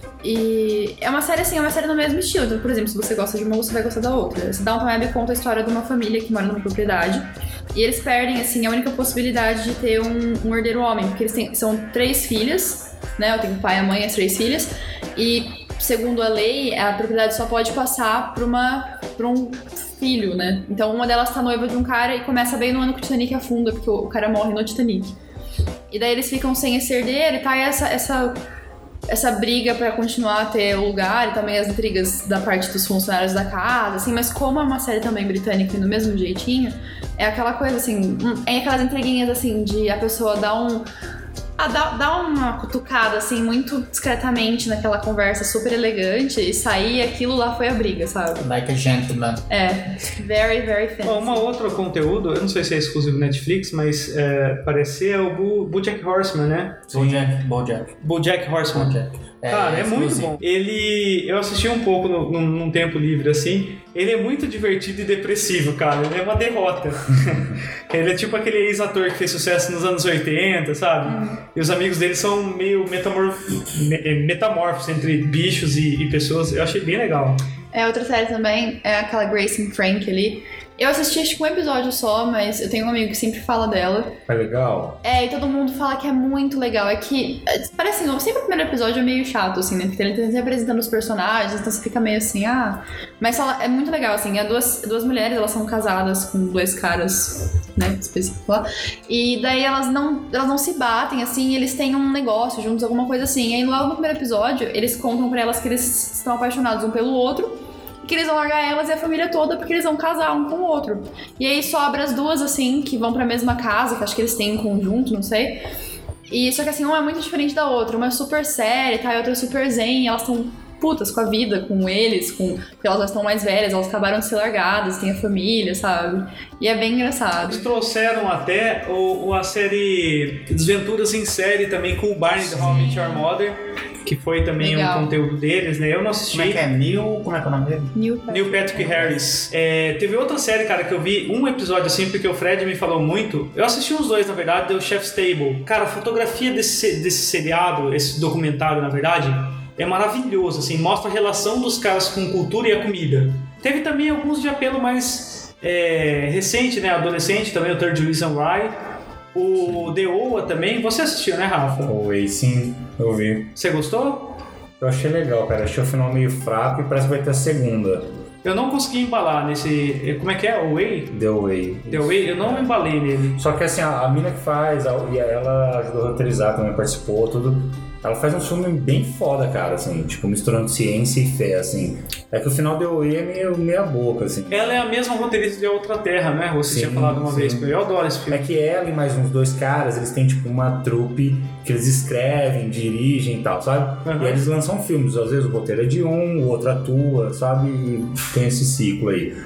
E é uma série assim, é uma série no mesmo estilo. Então, por exemplo, se você gosta de uma, você vai gostar da outra. Esse Downton Abbey conta a história de uma família que mora numa propriedade. E eles perdem, assim, a única possibilidade de ter um herdeiro homem. Porque eles são 3 filhas, né? Eu tenho o pai, a mãe e as 3 filhas. E, segundo a lei, a propriedade só pode passar pra um filho, né? Então, uma delas tá noiva de um cara e começa bem no ano que o Titanic afunda, porque o cara morre no Titanic. E daí eles ficam sem esse herdeiro e tá essa briga pra continuar a ter o lugar e também as intrigas da parte dos funcionários da casa, assim, mas como é uma série também britânica e no mesmo jeitinho, é aquela coisa assim, é aquelas intriguinhas assim de a pessoa dar uma cutucada assim muito discretamente naquela conversa super elegante e sair, aquilo lá foi a briga, sabe? Like a gentleman. É, very, very fancy. Uma outro conteúdo, eu não sei se é exclusivo Netflix, mas parece ser o BoJack Horseman, né? BoJack Horseman. Cara, é muito bom. Eu assisti um pouco num tempo livre, assim. Ele é muito divertido e depressivo, cara. Ele é uma derrota. Ele é tipo aquele ex-ator que fez sucesso nos anos 80, sabe? E os amigos dele são meio metamorfos entre bichos e pessoas. Eu achei bem legal. Outra série também é aquela Grace and Frank ali. Eu assisti acho que um episódio só, mas eu tenho um amigo que sempre fala dela. É legal? E todo mundo fala que é muito legal. É que, parece assim, sempre o primeiro episódio é meio chato, assim, né? Porque ele tá sempre apresentando os personagens, então você fica meio assim, Mas é muito legal, assim. Duas mulheres, elas são casadas com 2 caras, né, específicos lá. E daí elas não se batem, assim, eles têm um negócio juntos, alguma coisa assim. E aí logo no primeiro episódio, eles contam pra elas que eles estão apaixonados um pelo outro. Que eles vão largar elas e a família toda porque eles vão casar um com o outro. E aí sobra as duas, assim, que vão pra mesma casa, que acho que eles têm em conjunto, não sei. E só que assim, uma é muito diferente da outra. Uma é super séria, tá? E a outra é super zen. E elas estão putas com a vida, com eles, porque elas já estão mais velhas, elas acabaram de ser largadas, têm a família, sabe? E é bem engraçado. Eles trouxeram até a série Desventuras em Série também com o Barney da How I Met Your Mother, que foi também um conteúdo deles, né? Eu não assisti. Como é que é? Como é que é o nome dele? Neil Patrick Harris. Teve outra série, cara, que eu vi um episódio assim, porque o Fred me falou muito. Eu assisti os 2, na verdade, deu Chef's Table. Cara, a fotografia desse seriado, esse documentário, na verdade, é maravilhoso, assim, mostra a relação dos caras com cultura e a comida. Teve também alguns de apelo mais recente, né? Adolescente também, o Third Reason Why. O The Oa também. Você assistiu, né, Rafa? Oi, sim, eu vi. Você gostou? Eu achei legal, cara. Achei o final meio fraco e parece que vai ter a segunda. Eu não consegui embalar nesse... Como é que é? O Way? The Way. The Way? Eu não embalei nele. Só que assim, a mina que faz, e ela ajudou a roteirizar também, participou, tudo. ela faz um filme bem foda, cara, assim, tipo, misturando ciência e fé, assim. É que o final deu meia boca, assim. Ela é a mesma roteirista de A Outra Terra, né? Você tinha falado uma vez, eu adoro esse filme. É que ela e mais uns 2 caras, eles têm, tipo, uma trupe que eles escrevem, dirigem e tal, sabe? E aí eles lançam filmes, às vezes o roteiro é de um, o outro atua, sabe? E tem esse ciclo aí.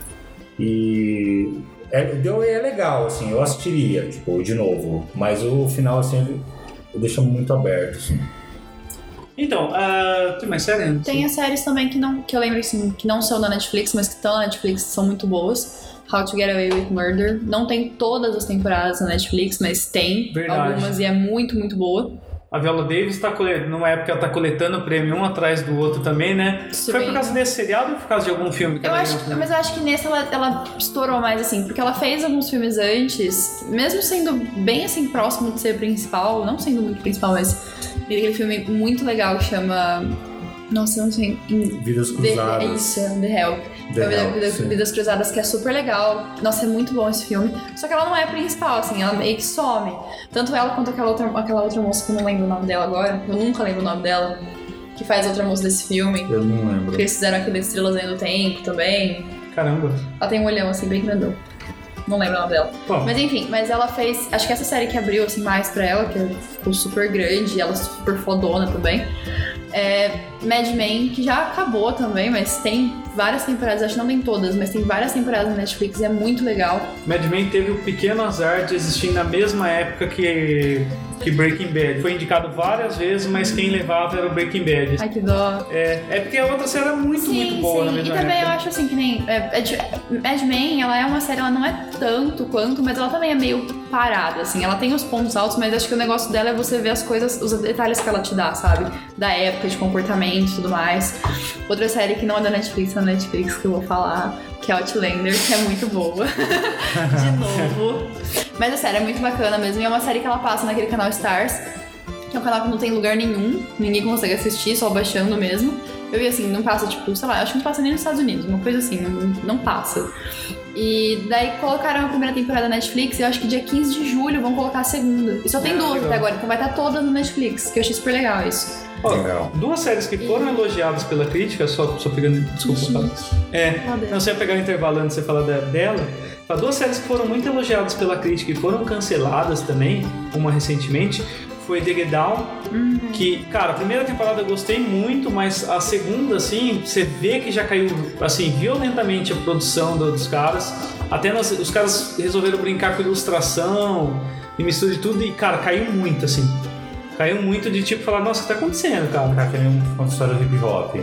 E... é legal, assim, eu assistiria, tipo, de novo, mas o final, assim, deixa muito aberto, assim. Então, tem mais séries? Tem as séries também que eu lembro, assim, que não são da Netflix, mas que estão na Netflix, são muito boas. How to Get Away with Murder. Não tem todas as temporadas na Netflix, mas tem algumas e é muito, muito boa. A Viola Davis numa época ela tá coletando prêmio um atrás do outro também, né? Foi por causa desse seriado ou por causa de algum filme que Mas eu acho que nesse ela estourou mais, assim, porque ela fez alguns filmes antes, mesmo sendo bem, assim, próximo de ser principal, não sendo muito principal, mas tem aquele filme muito legal que chama... Nossa, eu não sei... Vidas Cruzadas. Isso, The Help. Vidas Cruzadas, que é super legal. Nossa, é muito bom esse filme. Só que ela não é a principal, assim, ela meio que some. Tanto ela quanto aquela outra moça, que eu não lembro o nome dela agora. Eu nunca lembro o nome dela. Que faz outra moça desse filme. Eu não lembro. Porque eles fizeram aquele Estrelas Além do Tempo também. Caramba. Ela tem um olhão, assim, bem grandão. Não lembro o nome dela. Bom. Mas enfim, ela fez... Acho que essa série que abriu, assim, mais pra ela, que ficou super grande, ela super fodona também. Mad Men, que já acabou também, mas tem várias temporadas, acho que não tem todas, mas tem várias temporadas na Netflix e é muito legal. Mad Men teve o pequeno azar de existir na mesma época que Breaking Bad. Foi indicado várias vezes, mas quem levava era o Breaking Bad. Ai, que dó. É porque a outra série é muito boa na mesma época. E também eu acho assim que nem... Mad Men, ela é uma série, ela não é tanto quanto, mas ela também é meio parada, assim. Ela tem os pontos altos, mas acho que o negócio dela é você ver as coisas, os detalhes que ela te dá, sabe? Da época, de comportamento e tudo mais. Outra série que não é da Netflix, que eu vou falar, que é Outlander, que é muito boa. De novo. Mas a série é muito bacana mesmo. E é uma série que ela passa naquele canal Stars, que é um canal que não tem lugar nenhum. Ninguém consegue assistir, só baixando mesmo. Eu vi assim, não passa, tipo, sei lá, acho que não passa nem nos Estados Unidos. Uma coisa assim, não passa. E daí colocaram a primeira temporada na Netflix e eu acho que dia 15 de julho vão colocar a segunda. E só tem 2 até agora, então vai estar todas no Netflix, que eu achei super legal isso. Legal. 2 séries que foram elogiadas pela crítica, só pegando... Desculpa. Não, você ia pegar o intervalo antes de você falar dela. 2 séries que foram muito elogiadas pela crítica e foram canceladas também, uma recentemente, foi The Get Down, que, cara, a primeira temporada eu gostei muito, mas a segunda, assim, você vê que já caiu, assim, violentamente a produção dos caras. Até os caras resolveram brincar com ilustração e mistura de tudo e, cara, caiu muito, assim. Caiu muito de tipo falar, nossa, o que tá acontecendo, cara? Cara, que nem uma história do hip hop.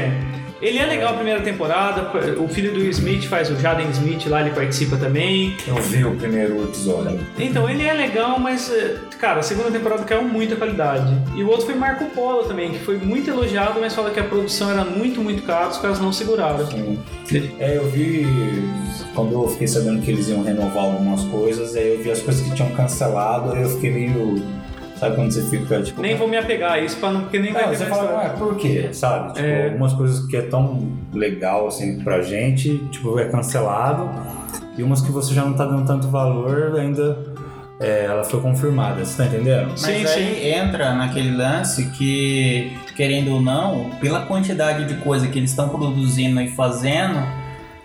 Ele é legal a primeira temporada, o filho do Will Smith faz o Jaden Smith lá, ele participa também. Eu vi o primeiro episódio. Então, ele é legal, mas, cara, a segunda temporada caiu muito a qualidade. E o outro foi Marco Polo também, que foi muito elogiado, mas fala que a produção era muito, muito cara, os caras não seguraram. Sim. Eu vi, quando eu fiquei sabendo que eles iam renovar algumas coisas, aí eu vi as coisas que tinham cancelado, aí eu fiquei meio... Sabe quando você fica, tipo... Nem vou me apegar a isso, porque nem vai ter. Você fala, por quê? Sabe? Tipo, algumas coisas que é tão legal, assim, pra gente, tipo, é cancelado. E umas que você já não tá dando tanto valor, ainda... ela foi confirmada, você tá entendendo? Mas aí entra naquele lance que, querendo ou não, pela quantidade de coisa que eles estão produzindo e fazendo...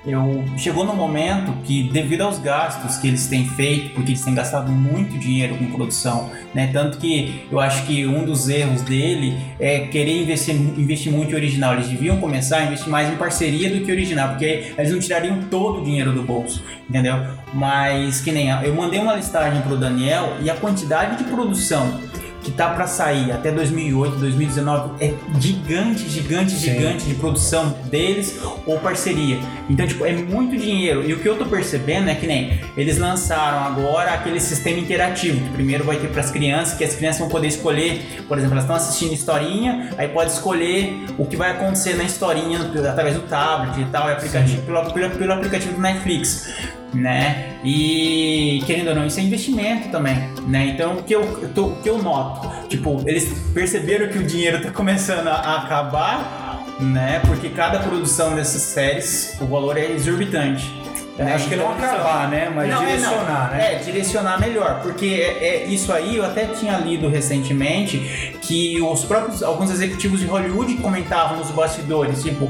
Chegou no momento que, devido aos gastos que eles têm feito, porque eles têm gastado muito dinheiro com produção, né? Tanto que eu acho que um dos erros dele é querer investir muito em original. Eles deviam começar a investir mais em parceria do que original, porque eles não tirariam todo o dinheiro do bolso, entendeu? Mas que nem eu mandei uma listagem pro Daniel e a quantidade de produção que tá pra sair até 2008, 2019 é gigante de produção deles ou parceria. Então, tipo, é muito dinheiro. E o que eu tô percebendo é que nem eles lançaram agora aquele sistema interativo, que primeiro vai ter pras crianças, que as crianças vão poder escolher, por exemplo, elas estão assistindo historinha, aí pode escolher o que vai acontecer na historinha através do tablet e tal, aplicativo, pelo aplicativo do Netflix, né? E querendo ou não, isso é investimento também, né? Então o que eu noto, tipo, eles perceberam que o dinheiro tá começando a acabar, né? Porque cada produção dessas séries, o valor é exorbitante. Acho que não acabar, né? Mas direcionar, né? Direcionar melhor. Porque isso aí eu até tinha lido recentemente que alguns executivos de Hollywood comentavam nos bastidores, tipo,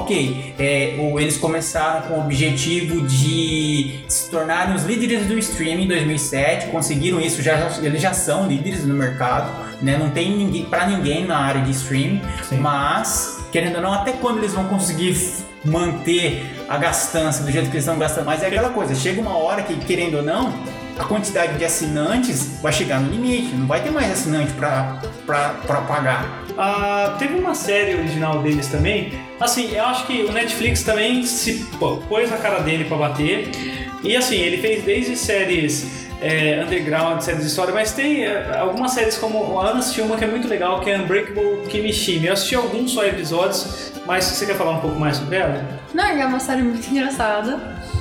eles começaram com o objetivo de se tornarem os líderes do streaming em 2007, conseguiram isso, eles já são líderes no mercado, né? Não tem ninguém na área de streaming, mas, querendo ou não, até quando eles vão conseguir manter a gastança do jeito que eles estão gastando? Mas é aquela coisa, chega uma hora que, querendo ou não, a quantidade de assinantes vai chegar no limite, não vai ter mais assinante pra pagar. Teve uma série original deles também. Assim, eu acho que o Netflix também se pôs a cara dele pra bater. E assim, ele fez desde séries underground, séries de história, mas tem algumas séries como a Ana assistiu uma que é muito legal, que é Unbreakable Kimmy Schmidt. Eu assisti alguns só episódios, mas você quer falar um pouco mais sobre ela? Não, é uma série muito engraçada.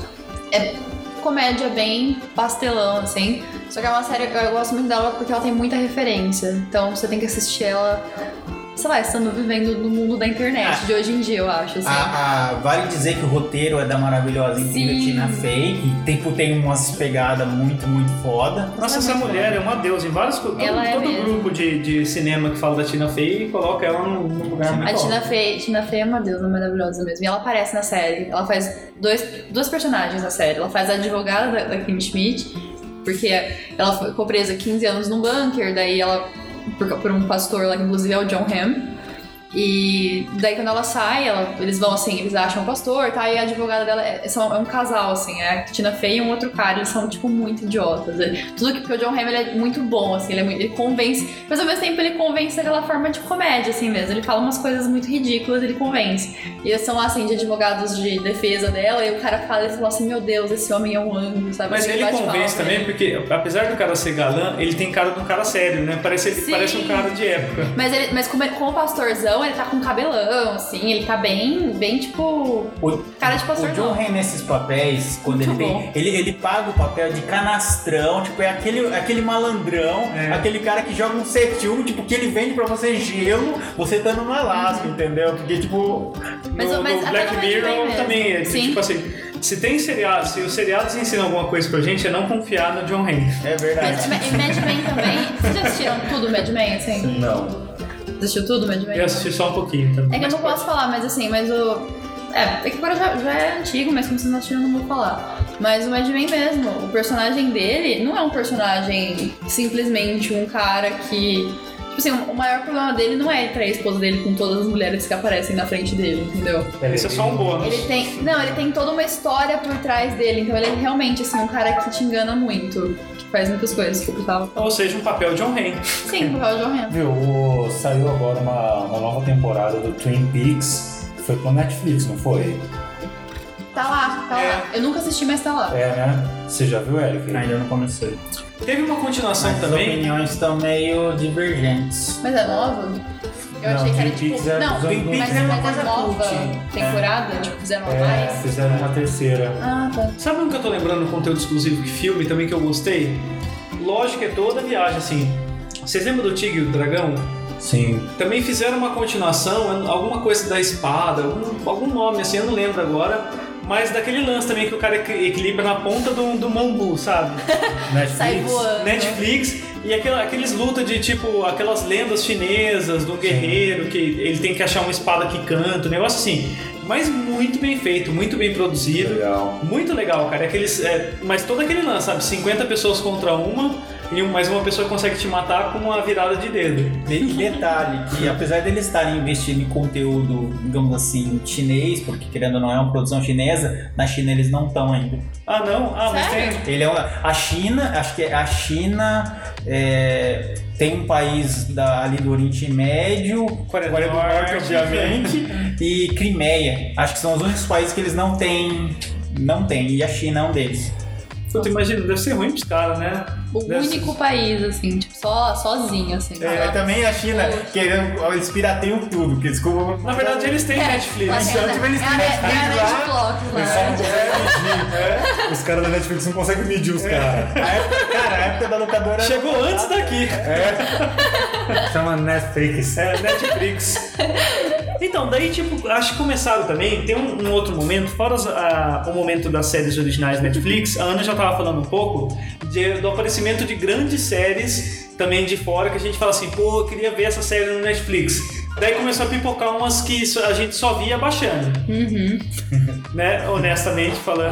É comédia bem pastelão, assim. Só que é uma série, eu gosto muito dela porque ela tem muita referência. Então você tem que assistir ela, sei lá, estando vivendo no mundo da internet de hoje em dia, eu acho, assim. Vale dizer que o roteiro é da maravilhosa incrível Tina Fey, que tem umas pegadas muito, muito foda. Nossa, essa mulher é uma deusa. Em vários todo grupo de cinema que fala da Tina Fey coloca ela num lugar muito alto. Tina Fey é uma deusa maravilhosa mesmo. E ela aparece na série. Ela faz dois personagens na série. Ela faz a advogada da Kimmy Schmidt, porque ela ficou presa 15 anos num bunker, daí ela... por um pastor lá, que inclusive é o John Hamm. E daí quando ela sai, eles vão assim, eles acham o pastor, tá? E a advogada dela é um casal, assim, é a Tina Fey e um outro cara, eles são, tipo, muito idiotas. Porque o John Hamm, ele é muito bom, assim, ele convence, mas ao mesmo tempo ele convence daquela forma de comédia, assim mesmo. Ele fala umas coisas muito ridículas, ele convence. E eles são, assim, de advogados de defesa dela, e o cara fala, ele fala assim, meu Deus, esse homem é um anjo, sabe? Mas ele convence também, porque apesar do cara ser galã, ele tem cara de um cara sério, né? Parece um cara de época. Mas com o pastorzão, ele tá com cabelão, assim, ele tá bem tipo, cara de pastorzão. O John Hamm nesses papéis, quando ele paga o papel de canastrão, tipo, é aquele malandrão, aquele cara que joga um C1, tipo, que ele vende pra você gelo, você tá no Alasca, entendeu? Porque, tipo... Mas no Black Mirror também, tipo assim... Se os seriados ensinam alguma coisa pra gente, é não confiar no John Hamm. É verdade. Mas Mad Men também... Vocês já assistiram tudo Mad Men, assim? Não. Assistiu tudo, Mad Men? Eu assisti só um pouquinho também. É que eu não posso falar, mas assim, é que agora já é antigo, mas como vocês não assistiram, eu não vou falar. Mas o Mad Men mesmo, o personagem dele não é um personagem simplesmente um cara que... Tipo assim, o maior problema dele não é ele trair a esposa dele com todas as mulheres que aparecem na frente dele, entendeu? Isso é só um bônus. Ele tem toda uma história por trás dele, então ele é realmente, assim, um cara que te engana muito. Faz muitas coisas que eu tava. Ou seja, um papel John Hamm. Sim, um papel John Hamm. Viu, saiu agora uma nova temporada do Twin Peaks. Foi pro Netflix, não foi? Tá lá. Eu nunca assisti, mas tá lá. Né? Você já viu, Eric? Ainda não comecei. Teve uma continuação também. As opiniões estão meio divergentes. Mas é nova? Eu achei que era tipo... Twin Peaks é uma coisa nova temporada, tipo, fizeram mais. Fizeram uma terceira. Ah, tá. Sabe um que eu tô lembrando, conteúdo exclusivo de filme também que eu gostei? Lógico, é toda a viagem, assim. Vocês lembram do Tigre e o Dragão? Sim. Também fizeram uma continuação, alguma coisa da espada, algum nome assim, eu não lembro agora. Mas daquele lance também que o cara equilibra na ponta do mambu, sabe? Sai voando. Netflix. E aqueles lutas de tipo, aquelas lendas chinesas do guerreiro, que ele tem que achar uma espada que canta, um negócio assim. Mas muito bem feito, muito bem produzido. Legal. Muito legal, cara. Mas todo aquele lance, sabe? 50 pessoas contra uma, mas uma pessoa consegue te matar com uma virada de dedo. E detalhe, que apesar deles estarem investindo em conteúdo, digamos assim, chinês, porque querendo ou não é uma produção chinesa, na China eles não estão ainda. Ah, não? Ah, mas tem... A China, acho que a China tem um país ali do Oriente Médio, Coreia do Norte, obviamente, e Crimeia. Acho que são os únicos países que eles não têm, e a China é um deles. Puta, imagina, deve ser ruim pros caras, né? O único país, assim, tipo, sozinho, assim. Também a China querendo, eles pirateiam tudo, porque eles como... Na verdade, eles têm Netflix. Então, tipo, eles têm Netflix lá. Os caras da Netflix não conseguem medir os caras. A época da locadora... Chegou antes daqui. Chama Netflix. Netflix. Então, daí, tipo, acho que começaram também, tem um outro momento, fora o momento das séries originais Netflix, a Ana já tava falando um pouco do aparecimento de grandes séries também de fora, que a gente fala assim, pô, eu queria ver essa série no Netflix. Daí começou a pipocar umas que a gente só via baixando. Né? Honestamente falando.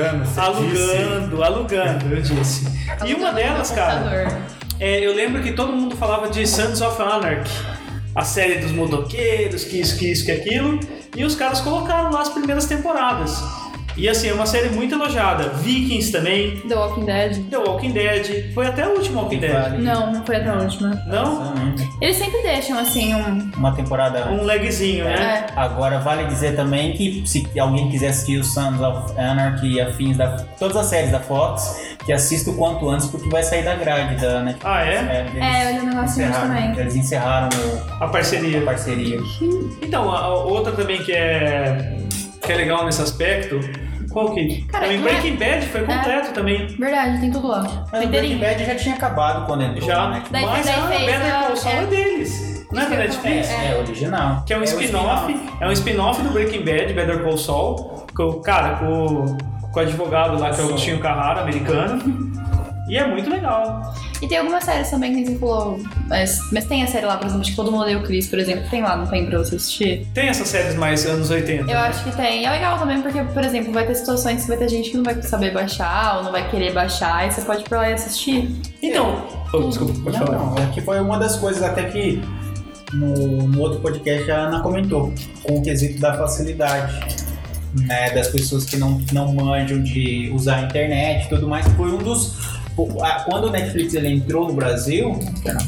Alugando, eu disse. E uma delas, cara, eu lembro que todo mundo falava de Sons of Anarchy, a série dos motoqueiros, que isso, que aquilo, e os caras colocaram lá as primeiras temporadas. E assim, é uma série muito elogiada. Vikings também. The Walking Dead. Foi até a última Walking Dead. Não foi até a última. Não? Eles sempre deixam, assim, uma temporada. Um lagzinho, né? Agora, vale dizer também que se alguém quiser assistir o Sons of Anarchy e afins todas as séries da Fox, que assista o quanto antes, porque vai sair da grade da Netflix. Ah, é? Eu li um negócio também. Eles encerraram a parceria. Então, a outra também que é legal nesse aspecto. Qual que? Também Breaking Bad foi completo também. Verdade, tem tudo lá. O Breaking Bad já tinha acabado quando entrou. Já, mas a Better Call Saul é deles. Não é da Netflix? É original. Que é um spin-off. É um spin-off do Breaking Bad, Better Call Saul. Com o advogado lá, que é o Shinho Carrara, americano. E é muito legal. E tem algumas séries também que você falou, mas tem a série lá, por exemplo, de Todo Mundo Odeia o Chris, por exemplo, tem lá, não tem pra você assistir? Tem essas séries mais anos 80. Eu acho que tem. É legal também porque, por exemplo, vai ter situações que vai ter gente que não vai saber baixar ou não vai querer baixar e você pode ir pra lá e assistir. Então... desculpa, pode falar. Não, é que foi uma das coisas até que no outro podcast a Ana comentou, com o quesito da facilidade. Né, das pessoas que não manjam de usar a internet e tudo mais, foi um dos... Quando o Netflix ele entrou no Brasil,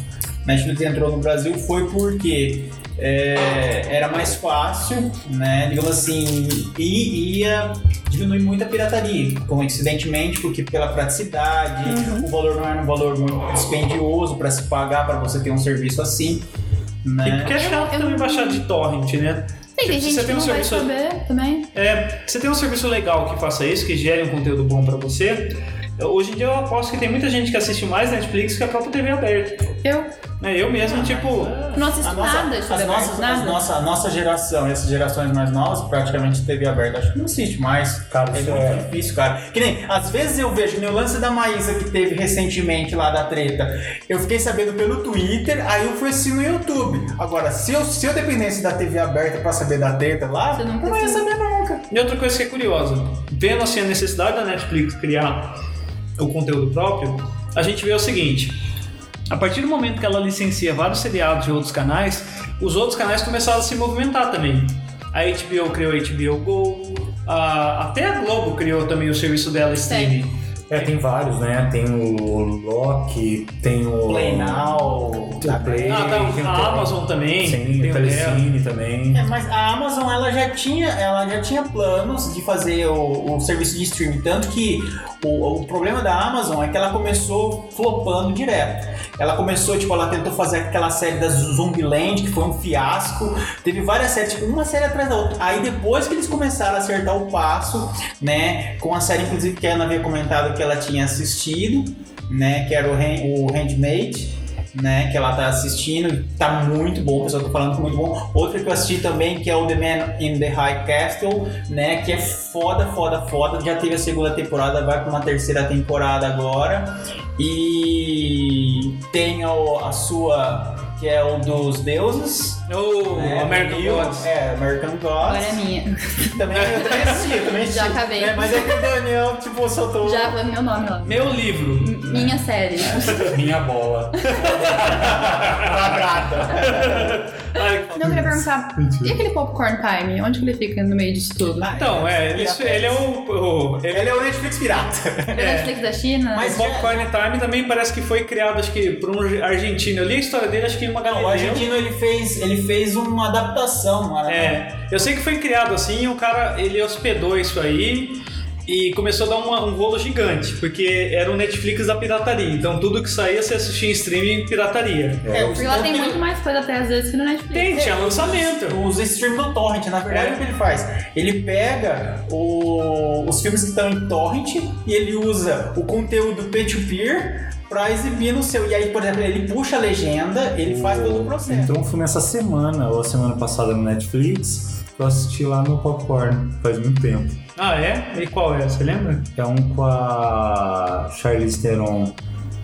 foi porque era mais fácil, né, digamos assim, e ia diminuir muito a pirataria, coincidentemente, porque pela praticidade, o valor não era um valor muito dispendioso para se pagar, para você ter um serviço assim, né? E porque é chato também baixar de torrent, né? Tem gente que não vai saber também. Você tem um serviço legal que faça isso, que gere um conteúdo bom pra você. Hoje em dia eu aposto que tem muita gente que assiste mais Netflix que a própria TV aberta. Eu mesmo, tipo... Não assisto nada de TV aberta, A nossa geração e essas gerações mais novas, praticamente TV aberta, acho que não assiste mais. Cara, é muito difícil, cara. Que nem, às vezes eu vejo, no lance da Maísa que teve recentemente lá da treta, eu fiquei sabendo pelo Twitter, aí eu fui assistir no YouTube. Agora, se eu dependesse da TV aberta pra saber da treta lá, você não ia saber nunca. E outra coisa que é curiosa, vendo assim a necessidade da Netflix criar o conteúdo próprio, a gente vê o seguinte: a partir do momento que ela licencia vários seriados de outros canais, os outros canais começaram a se movimentar também. A HBO criou a HBO Go, até a Globo criou também o serviço dela streaming. Tem vários, né? Tem o Loki, tem o Play Now, a Amazon também. Sim, o Telecine também. Mas a Amazon ela já tinha planos de fazer o serviço de streaming, tanto que o problema da Amazon é que ela começou flopando direto. Ela começou, ela tentou fazer aquela série da Zombieland, que foi um fiasco. Teve várias séries, uma série atrás da outra. Aí depois que eles começaram a acertar o passo, né, com a série, inclusive, que a Ana havia comentado que ela tinha assistido, né, que era o Handmaid, né, que ela tá assistindo, tá muito bom, o pessoal tá falando que é muito bom. Outra que eu assisti também, que é o The Man in the High Castle, né, que é foda, já teve a segunda temporada, vai pra uma terceira temporada agora, e tem a sua, que é o dos deuses, American Gods. American Gods. Agora é minha. Também eu assisti. Já acabei. Mas é que o Daniel, soltou... Já falando meu nome lá. Meu livro. Minha série. Minha bola. Não, eu queria perguntar, e aquele Popcorn Time? Onde que ele fica no meio disso tudo? Então, ele é o Netflix pirata. É o Netflix da China? Mas o Popcorn Time também parece que foi criado, acho que, por um argentino. Eu li a história dele, acho que uma galera. O argentino, ele fez uma adaptação. Eu sei que foi criado assim, e o cara, ele hospedou isso aí e começou a dar um rolo gigante, porque era o Netflix da pirataria, então tudo que saía você assistia em streaming pirataria. Porque lá tem muito mais coisa até às vezes que no Netflix. Tinha lançamento. Os streams do Torrent, na verdade, o que ele faz? Ele pega os filmes que estão em Torrent e ele usa o conteúdo peer-to-peer pra exibir no seu. E aí, por exemplo, ele puxa a legenda, ele faz todo o processo. Entrou um filme essa semana, ou a semana passada no Netflix, que eu assisti lá no Popcorn, faz muito tempo. Ah, é? E qual é? Você lembra? É um com a Charlize Theron.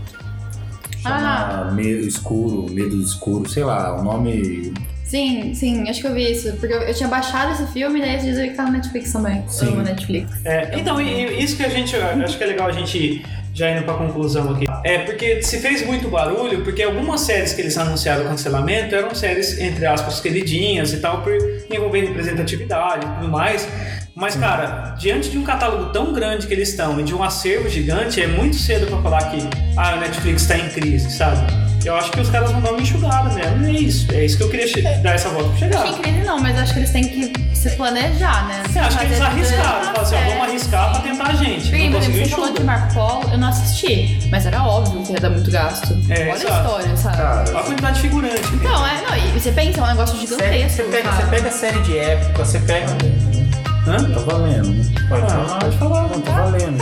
Chama Medo Escuro, sei lá, o nome... Sim, acho que eu vi isso. Porque eu tinha baixado esse filme e daí eles dizem que tá no Netflix também. Sim. No Netflix. Então, isso que a gente... Acho que é legal a gente já indo pra conclusão aqui. É porque se fez muito barulho, porque algumas séries que eles anunciaram o cancelamento eram séries, entre aspas, queridinhas e tal, por envolver representatividade e tudo mais. Mas, cara, diante de um catálogo tão grande que eles estão e de um acervo gigante, é muito cedo pra falar que a Netflix tá em crise, sabe? Eu acho que os caras vão dar uma enxugada mesmo. É isso que eu queria dar essa volta pra chegar. Acho que em crise não, mas acho que eles têm que se planejar, né? Você acha que eles arriscaram? Falaram assim, vamos arriscar pra tentar a gente. Porque, não por exemplo, conseguiu você falou de enxuga. Marco Polo, eu não assisti, mas era óbvio que ia dar muito gasto. Olha a exato. história, sabe? Cara, Olha a quantidade de figurante. Então, e você pensa, é um negócio gigantesco. Você pega a série de época, você pega... Hã? Tá valendo. Pode falar. Não, tá valendo.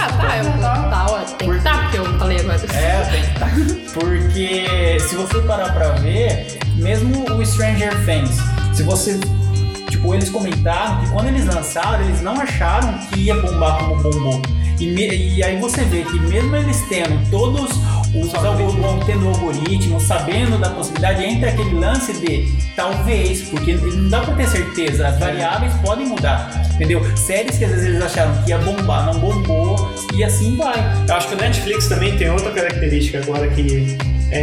Tem que estar, porque eu falei agora. tem que estar. Porque se você parar pra ver, mesmo o Stranger Things, se você... Tipo, eles comentaram que quando eles lançaram, eles não acharam que ia bombar como bombou. E aí você vê que mesmo eles tendo todos tendo algoritmos, sabendo da possibilidade, entra aquele lance de talvez, porque não dá pra ter certeza, as variáveis podem mudar, entendeu? Séries que às vezes eles acharam que ia bombar, não bombou, e assim vai. Eu acho que o Netflix também tem outra característica agora que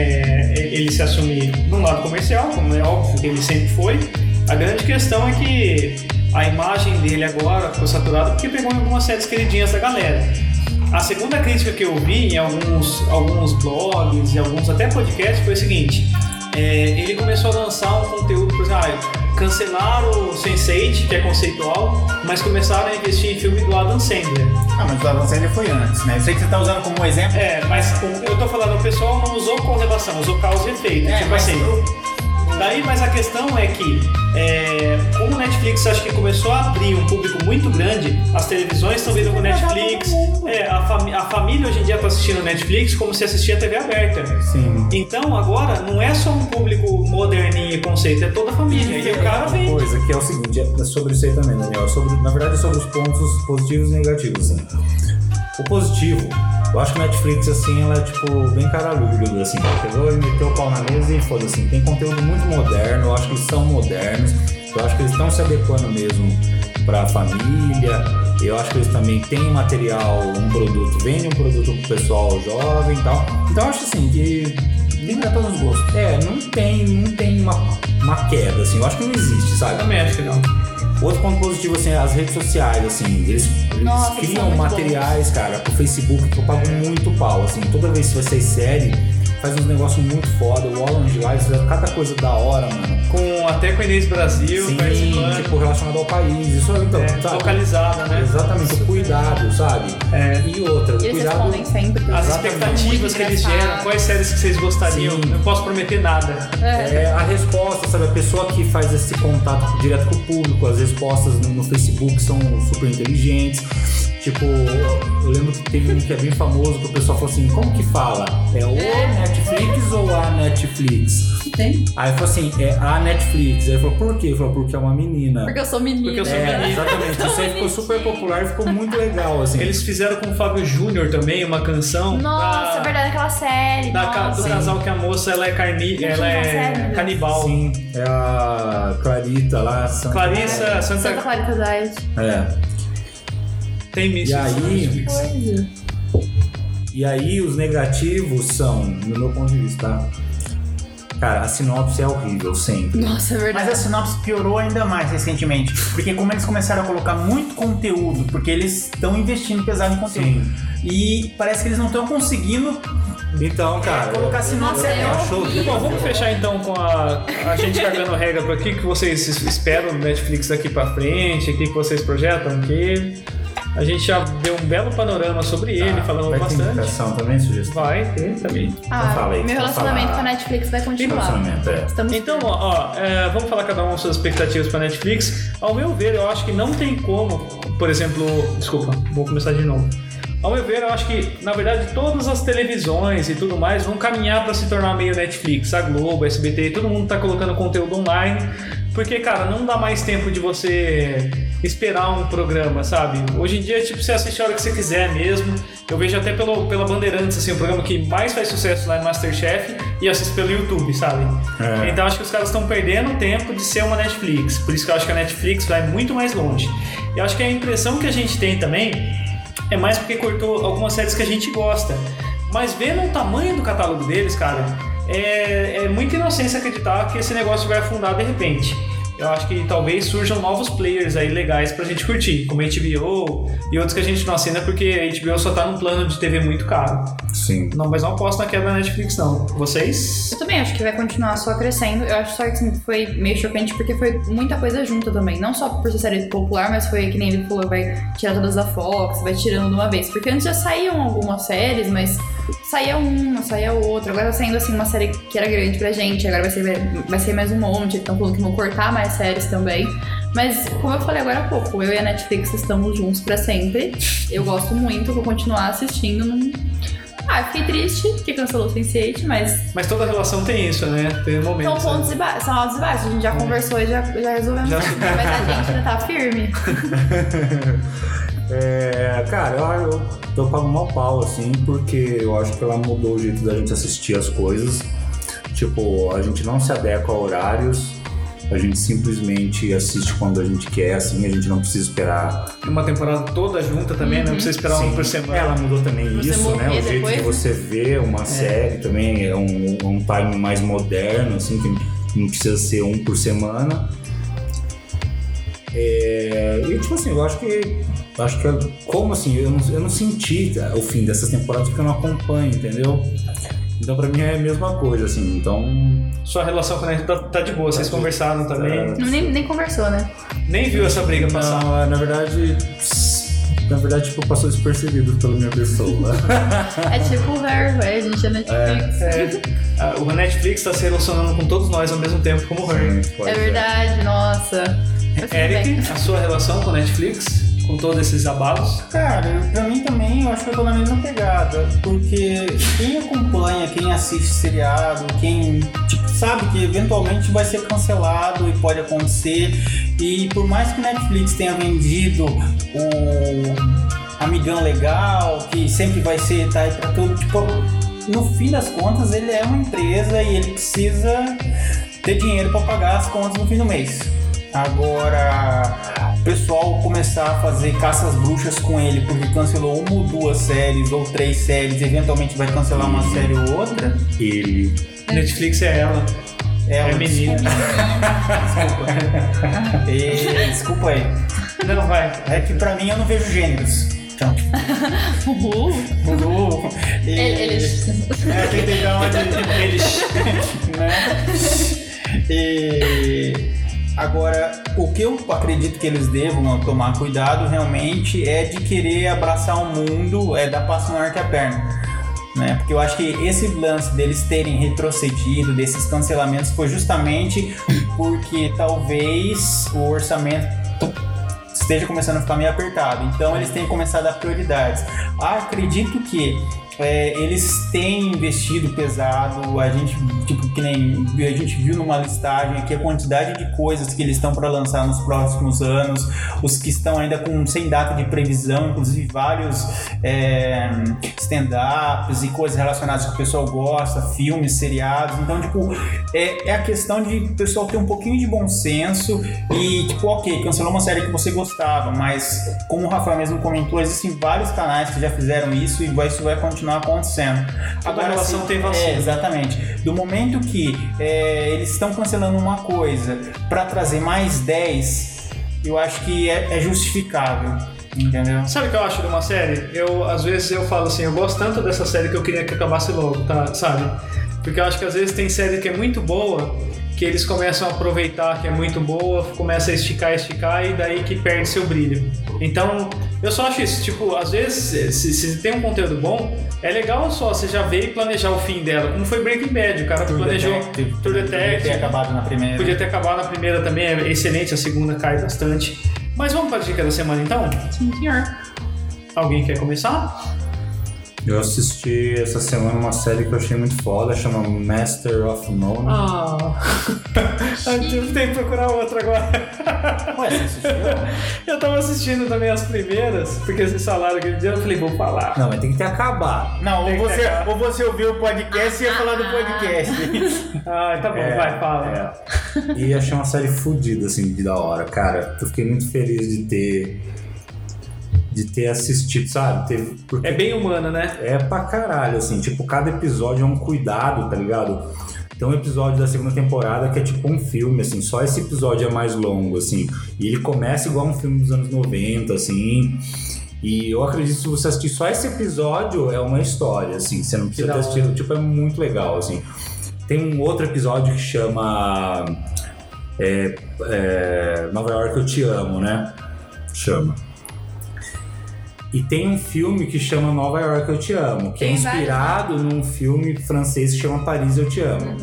ele se assume num lado comercial, como é óbvio que ele sempre foi. A grande questão é que a imagem dele agora ficou saturada porque pegou em algumas séries queridinhas da galera. A segunda crítica que eu vi em alguns blogs e alguns até podcasts foi o seguinte: ele começou a lançar um conteúdo, por exemplo, cancelaram o Sense8, que é conceitual, mas começaram a investir em filme do Adam Sandler. Mas o Adam Sandler foi antes, né? Eu sei que você tá usando como exemplo. Mas eu tô falando, o pessoal não usou correlação, usou causa e efeito. Mas a questão é que, como o Netflix acho que começou a abrir um público muito grande, as televisões estão vindo com o Netflix, a família hoje em dia está assistindo o Netflix como se assistia a TV aberta. Sim. Então agora não é só um público moderninho e conceito, é toda a família. E o cara vem. Uma coisa que é o seguinte, é sobre isso aí também, Daniel, na verdade é sobre os pontos positivos e negativos, assim. O positivo, eu acho que a Netflix, assim, ela é, tipo, bem caralhuda, assim. Pegou e meteu o pau na mesa e foda, assim. Tem conteúdo muito moderno, eu acho que eles são modernos. Eu acho que eles estão se adequando mesmo pra família. Eu acho que eles também têm material, vendem um produto pro pessoal jovem e tal. Então eu acho, assim, que tem pra todos os gostos. Não tem uma queda, assim. Eu acho que não existe, sabe? Eu também acho que não. Outro ponto positivo, assim, as redes sociais, assim, eles criam materiais, cara, pro Facebook que eu pago muito pau, assim, toda vez que vai sair série, faz uns negócios muito foda, o Orange lá, eles fizeram cada coisa da hora, mano. Até com a Inês Brasil, sim, tipo, relacionado ao país, isso então, sabe? Localizada, né? Exatamente, o cuidado, sabe? E outra, o eles cuidado... respondem sempre. As expectativas que eles geram, quais séries que vocês gostariam, Sim. não posso prometer nada. A resposta, sabe? A pessoa que faz esse contato direto com o público, as respostas no Facebook são super inteligentes. Tipo, eu lembro que teve um que é bem famoso, que o pessoal falou assim, como que fala? É o Netflix ou a Netflix? Tem. Aí falou assim, é a Netflix. Aí ele falou, por quê? Ele falou, porque é uma menina. Porque eu sou menina. Porque eu sou menina. Exatamente, isso aí ficou super popular e ficou muito legal, assim. Eles fizeram com o Fábio Júnior também uma canção. Nossa, é verdade, aquela série. Do casal que a moça ela é canibal. Sim, é a Clarita lá. Santa Clarita Diet. Tem isso. E aí os negativos são, no meu ponto de vista, tá? Cara, a sinopse é horrível, sempre. Nossa, é verdade. Mas a sinopse piorou ainda mais recentemente. Porque como eles começaram a colocar muito conteúdo, porque eles estão investindo pesado em conteúdo. Sim. E parece que eles não estão conseguindo Então, cara, colocar sinopse. Bom, vamos fechar então com a gente cagando regra para o que vocês esperam do Netflix daqui pra frente, o que vocês projetam, A gente já deu um belo panorama sobre ele, falamos vai bastante. Ter indicação também, sugestão? Vai ter também. Fala aí, meu relacionamento com a Netflix vai continuar. Estamos então, vamos falar cada um suas expectativas para Netflix. Ao meu ver, eu acho que não tem como, por exemplo, desculpa, vou começar de novo. Ao meu ver, eu acho que, na verdade, todas as televisões e tudo mais vão caminhar para se tornar meio Netflix. A Globo, a SBT, todo mundo tá colocando conteúdo online. Porque, cara, não dá mais tempo de você esperar um programa, sabe? Hoje em dia, tipo, você assiste a hora que você quiser mesmo. Eu vejo até pela Bandeirantes, assim, o programa que mais faz sucesso lá no MasterChef, e eu assisto pelo YouTube, sabe? Então, acho que os caras estão perdendo tempo de ser uma Netflix. Por isso que eu acho que a Netflix vai muito mais longe. E eu acho que a impressão que a gente tem também é mais porque cortou algumas séries que a gente gosta. Mas vendo o tamanho do catálogo deles, cara, é muita inocência acreditar que esse negócio vai afundar de repente. Eu acho que talvez surjam novos players aí legais pra gente curtir, como a HBO e outros que a gente não assina porque a HBO só tá num plano de TV muito caro. Sim. Não, mas não aposto na queda da Netflix, não. Vocês? Eu também acho que vai continuar só crescendo. Eu acho só que foi meio chocante porque foi muita coisa junta também. Não só por ser série popular, mas foi que nem ele falou, vai tirar todas da Fox, vai tirando de uma vez. Porque antes já saíam algumas séries, mas saía uma, saía outra. Agora tá saindo assim uma série que era grande pra gente, agora vai ser mais um monte. Então falando que vão cortar mais séries também. Mas, como eu falei agora há pouco, eu e a Netflix estamos juntos pra sempre. Eu gosto muito, vou continuar assistindo. Eu fiquei triste que cancelou o Sense8, mas... Mas toda relação tem isso, né? Tem momentos... São pontos e baixos, são altos e baixos. A gente já conversou e já resolvemos. Mas a gente ainda tá firme. Cara, eu pago mal pau, assim, porque eu acho que ela mudou o jeito da gente assistir as coisas. Tipo, a gente não se adequa a horários. A gente simplesmente assiste quando a gente quer, assim, a gente não precisa esperar. Uma temporada toda junta também, não precisa esperar um por semana. Ela mudou também isso, né? O jeito depois, de você ver uma série também é um time mais moderno, assim, que não precisa ser um por semana. E tipo assim, eu acho que como assim, eu não senti o fim dessas temporadas porque eu não acompanho, entendeu? Então pra mim é a mesma coisa, assim, então... Sua relação com a Netflix tá de boa, vocês conversaram também? Nem conversou, né? Nem viu essa briga passar? Não, na verdade, tipo, passou despercebido pela minha pessoa. É tipo o Her, a gente é Netflix. O Netflix tá se relacionando com todos nós ao mesmo tempo como o Her. É verdade, nossa. Eric, a sua relação com a Netflix? Com todos esses abalos? Cara, pra mim também, eu acho que eu tô na mesma pegada. Porque quem acompanha, quem assiste seriado, quem sabe que eventualmente vai ser cancelado e pode acontecer. E por mais que o Netflix tenha vendido o amigão legal, que sempre vai ser, tá aí pra tudo, tipo, no fim das contas ele é uma empresa e ele precisa ter dinheiro pra pagar as contas no fim do mês. Agora, o pessoal começar a fazer caça às bruxas com ele porque cancelou uma ou duas séries ou 3 séries, eventualmente vai cancelar uma série ou outra. Ele... Netflix é ela. É menina. Desculpa aí. Não, vai. É que pra mim eu não vejo gêneros. Então. Eles. Tentei dar uma de eles. Né? Agora, o que eu acredito que eles devam tomar cuidado realmente é de querer abraçar o mundo, dar passo maior que a perna. Né? Porque eu acho que esse lance deles terem retrocedido, desses cancelamentos, foi justamente porque talvez o orçamento esteja começando a ficar meio apertado. Então eles têm que começar a dar prioridades. Acredito que eles têm investido pesado. A gente, que nem a gente viu numa listagem aqui a quantidade de coisas que eles estão para lançar nos próximos anos, os que estão ainda sem data de previsão, inclusive vários stand-ups e coisas relacionadas que o pessoal gosta, filmes, seriados. Então, tipo, é a questão de o pessoal ter um pouquinho de bom senso e, tipo, ok, cancelou uma série que você gostava, mas como o Rafael mesmo comentou, existem vários canais que já fizeram isso e isso vai continuar acontecendo. Agora, a relação tem vacina. Exatamente. Do momento que eles estão cancelando uma coisa para trazer mais 10, eu acho que é justificável. Entendeu? Sabe o que eu acho de uma série? Às vezes eu falo assim, eu gosto tanto dessa série que eu queria que acabasse logo, tá? Sabe? Porque eu acho que às vezes tem série que é muito boa, que eles começam a aproveitar que é muito boa, começa a esticar e daí que perde seu brilho. Então, Eu só acho isso, tipo, às vezes, se tem um conteúdo bom, é legal só você já ver e planejar o fim dela. Como foi Breaking Bad, o cara planejou True Detective. Podia ter acabado na primeira. Podia ter acabado na primeira também, é excelente, a segunda cai bastante. Mas vamos para a dica da semana então? Sim, senhor. Alguém quer começar? Eu assisti essa semana uma série que eu achei muito foda, chama Master of None. Eu tenho que procurar outra agora. Ué, você assistiu? Eu tava assistindo também as primeiras, porque vocês falaram aquele dia, eu falei, vou falar. Não, mas tem que ter acabado. Não, ou você ouviu o podcast e ia falar do podcast. Tá bom, vai, fala. E achei uma série fodida, assim, de da hora, cara. Eu fiquei muito feliz de ter assistido, sabe? Porque É bem humana, né? é pra caralho, assim, tipo, cada episódio é um cuidado, tá ligado? Tem um episódio da segunda temporada que é tipo um filme, assim, só esse episódio é mais longo, assim, e ele começa igual um filme dos anos 90, assim, e eu acredito que se você assistir só esse episódio, é uma história, assim, você não precisa ter assistido, tipo, é muito legal, assim. Tem um outro episódio que chama Nova York Eu Te Amo, né? Chama. E tem um filme que chama Nova York Eu Te Amo, que é inspirado num filme francês que chama Paris Eu Te Amo.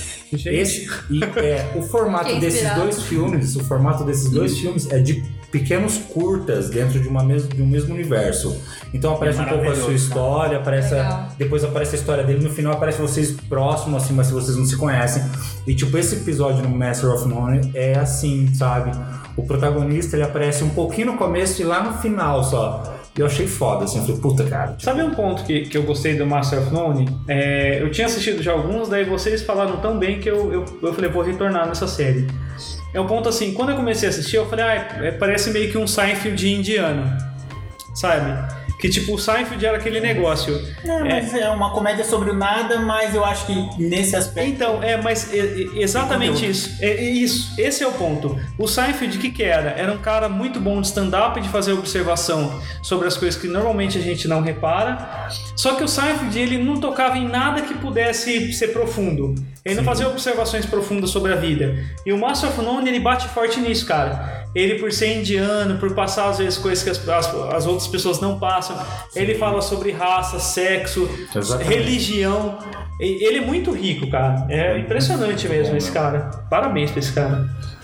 O formato desses dois filmes, é de pequenos curtas dentro de um mesmo universo. Então aparece um pouco a sua história, depois aparece a história dele, no final aparece vocês próximos, assim, mas se vocês não se conhecem. E tipo, esse episódio no Master of None é assim, sabe? O protagonista, ele aparece um pouquinho no começo e lá no final só. Eu achei foda, assim, eu falei, puta, cara. Tipo... Sabe um ponto que eu gostei do Master of None? Eu tinha assistido já alguns, daí vocês falaram tão bem que eu falei, vou retornar nessa série. É um ponto assim, quando eu comecei a assistir, eu falei, parece meio que um Seinfeld indiano, sabe? Que tipo, o Seinfeld era aquele negócio. Mas é uma comédia sobre o nada, mas eu acho que nesse aspecto... Então, mas exatamente isso. Esse é o ponto. O Seinfeld, o que era? Era um cara muito bom de stand-up, de fazer observação sobre as coisas que normalmente a gente não repara. Só que o Seinfeld, ele não tocava em nada que pudesse ser profundo. Ele não fazia observações profundas sobre a vida. E o Master of None, ele bate forte nisso, cara. Ele, por ser indiano, por passar às vezes coisas que as outras pessoas não passam, ele fala sobre raça, sexo, religião. Ele é muito rico, cara. É impressionante mesmo esse cara. Parabéns pra esse cara.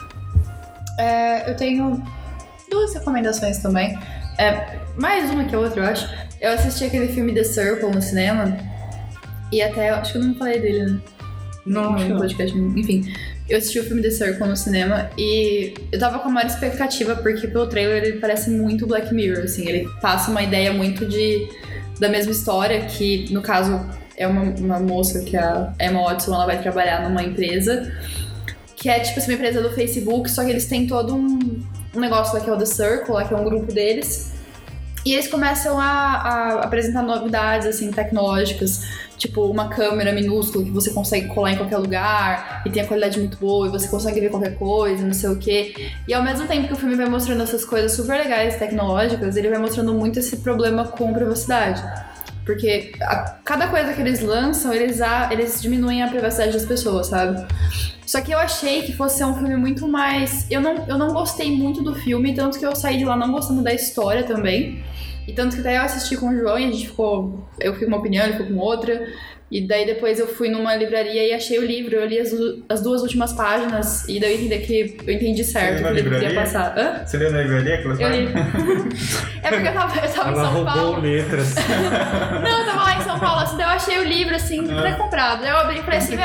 Eu tenho 2 recomendações também. Mais uma que a outra, eu acho. Eu assisti aquele filme The Circle no cinema. E até, acho que eu não falei dele, né? Não, no podcast, enfim. Eu assisti o filme The Circle no cinema e eu tava com a maior expectativa porque pelo trailer ele parece muito Black Mirror, assim, ele passa uma ideia muito da mesma história, que no caso é uma moça que a Emma Watson, ela vai trabalhar numa empresa que é tipo assim, uma empresa do Facebook, só que eles têm todo um negócio lá que é o The Circle, lá que é um grupo deles. E eles começam a apresentar novidades, assim, tecnológicas, tipo uma câmera minúscula que você consegue colar em qualquer lugar e tem a qualidade muito boa e você consegue ver qualquer coisa, não sei o quê. E ao mesmo tempo que o filme vai mostrando essas coisas super legais, tecnológicas, ele vai mostrando muito esse problema com privacidade. Porque cada coisa que eles lançam, eles diminuem a privacidade das pessoas, sabe? Só que eu achei que fosse ser um filme muito mais... Eu não gostei muito do filme, tanto que eu saí de lá não gostando da história também. E tanto que daí eu assisti com o João e a gente ficou... Eu fiquei com uma opinião, ele ficou com outra. E daí depois eu fui numa livraria e achei o livro. Eu li as 2 últimas páginas e daí eu entendi certo que o livro ia passar. Hã? Você leu na livraria? Eu li. É porque eu tava em São Paulo. Ela roubou letras. Não, eu tava lá em São Paulo, assim, daí eu achei o livro, assim, pré-comprado. Daí eu abri e falei assim,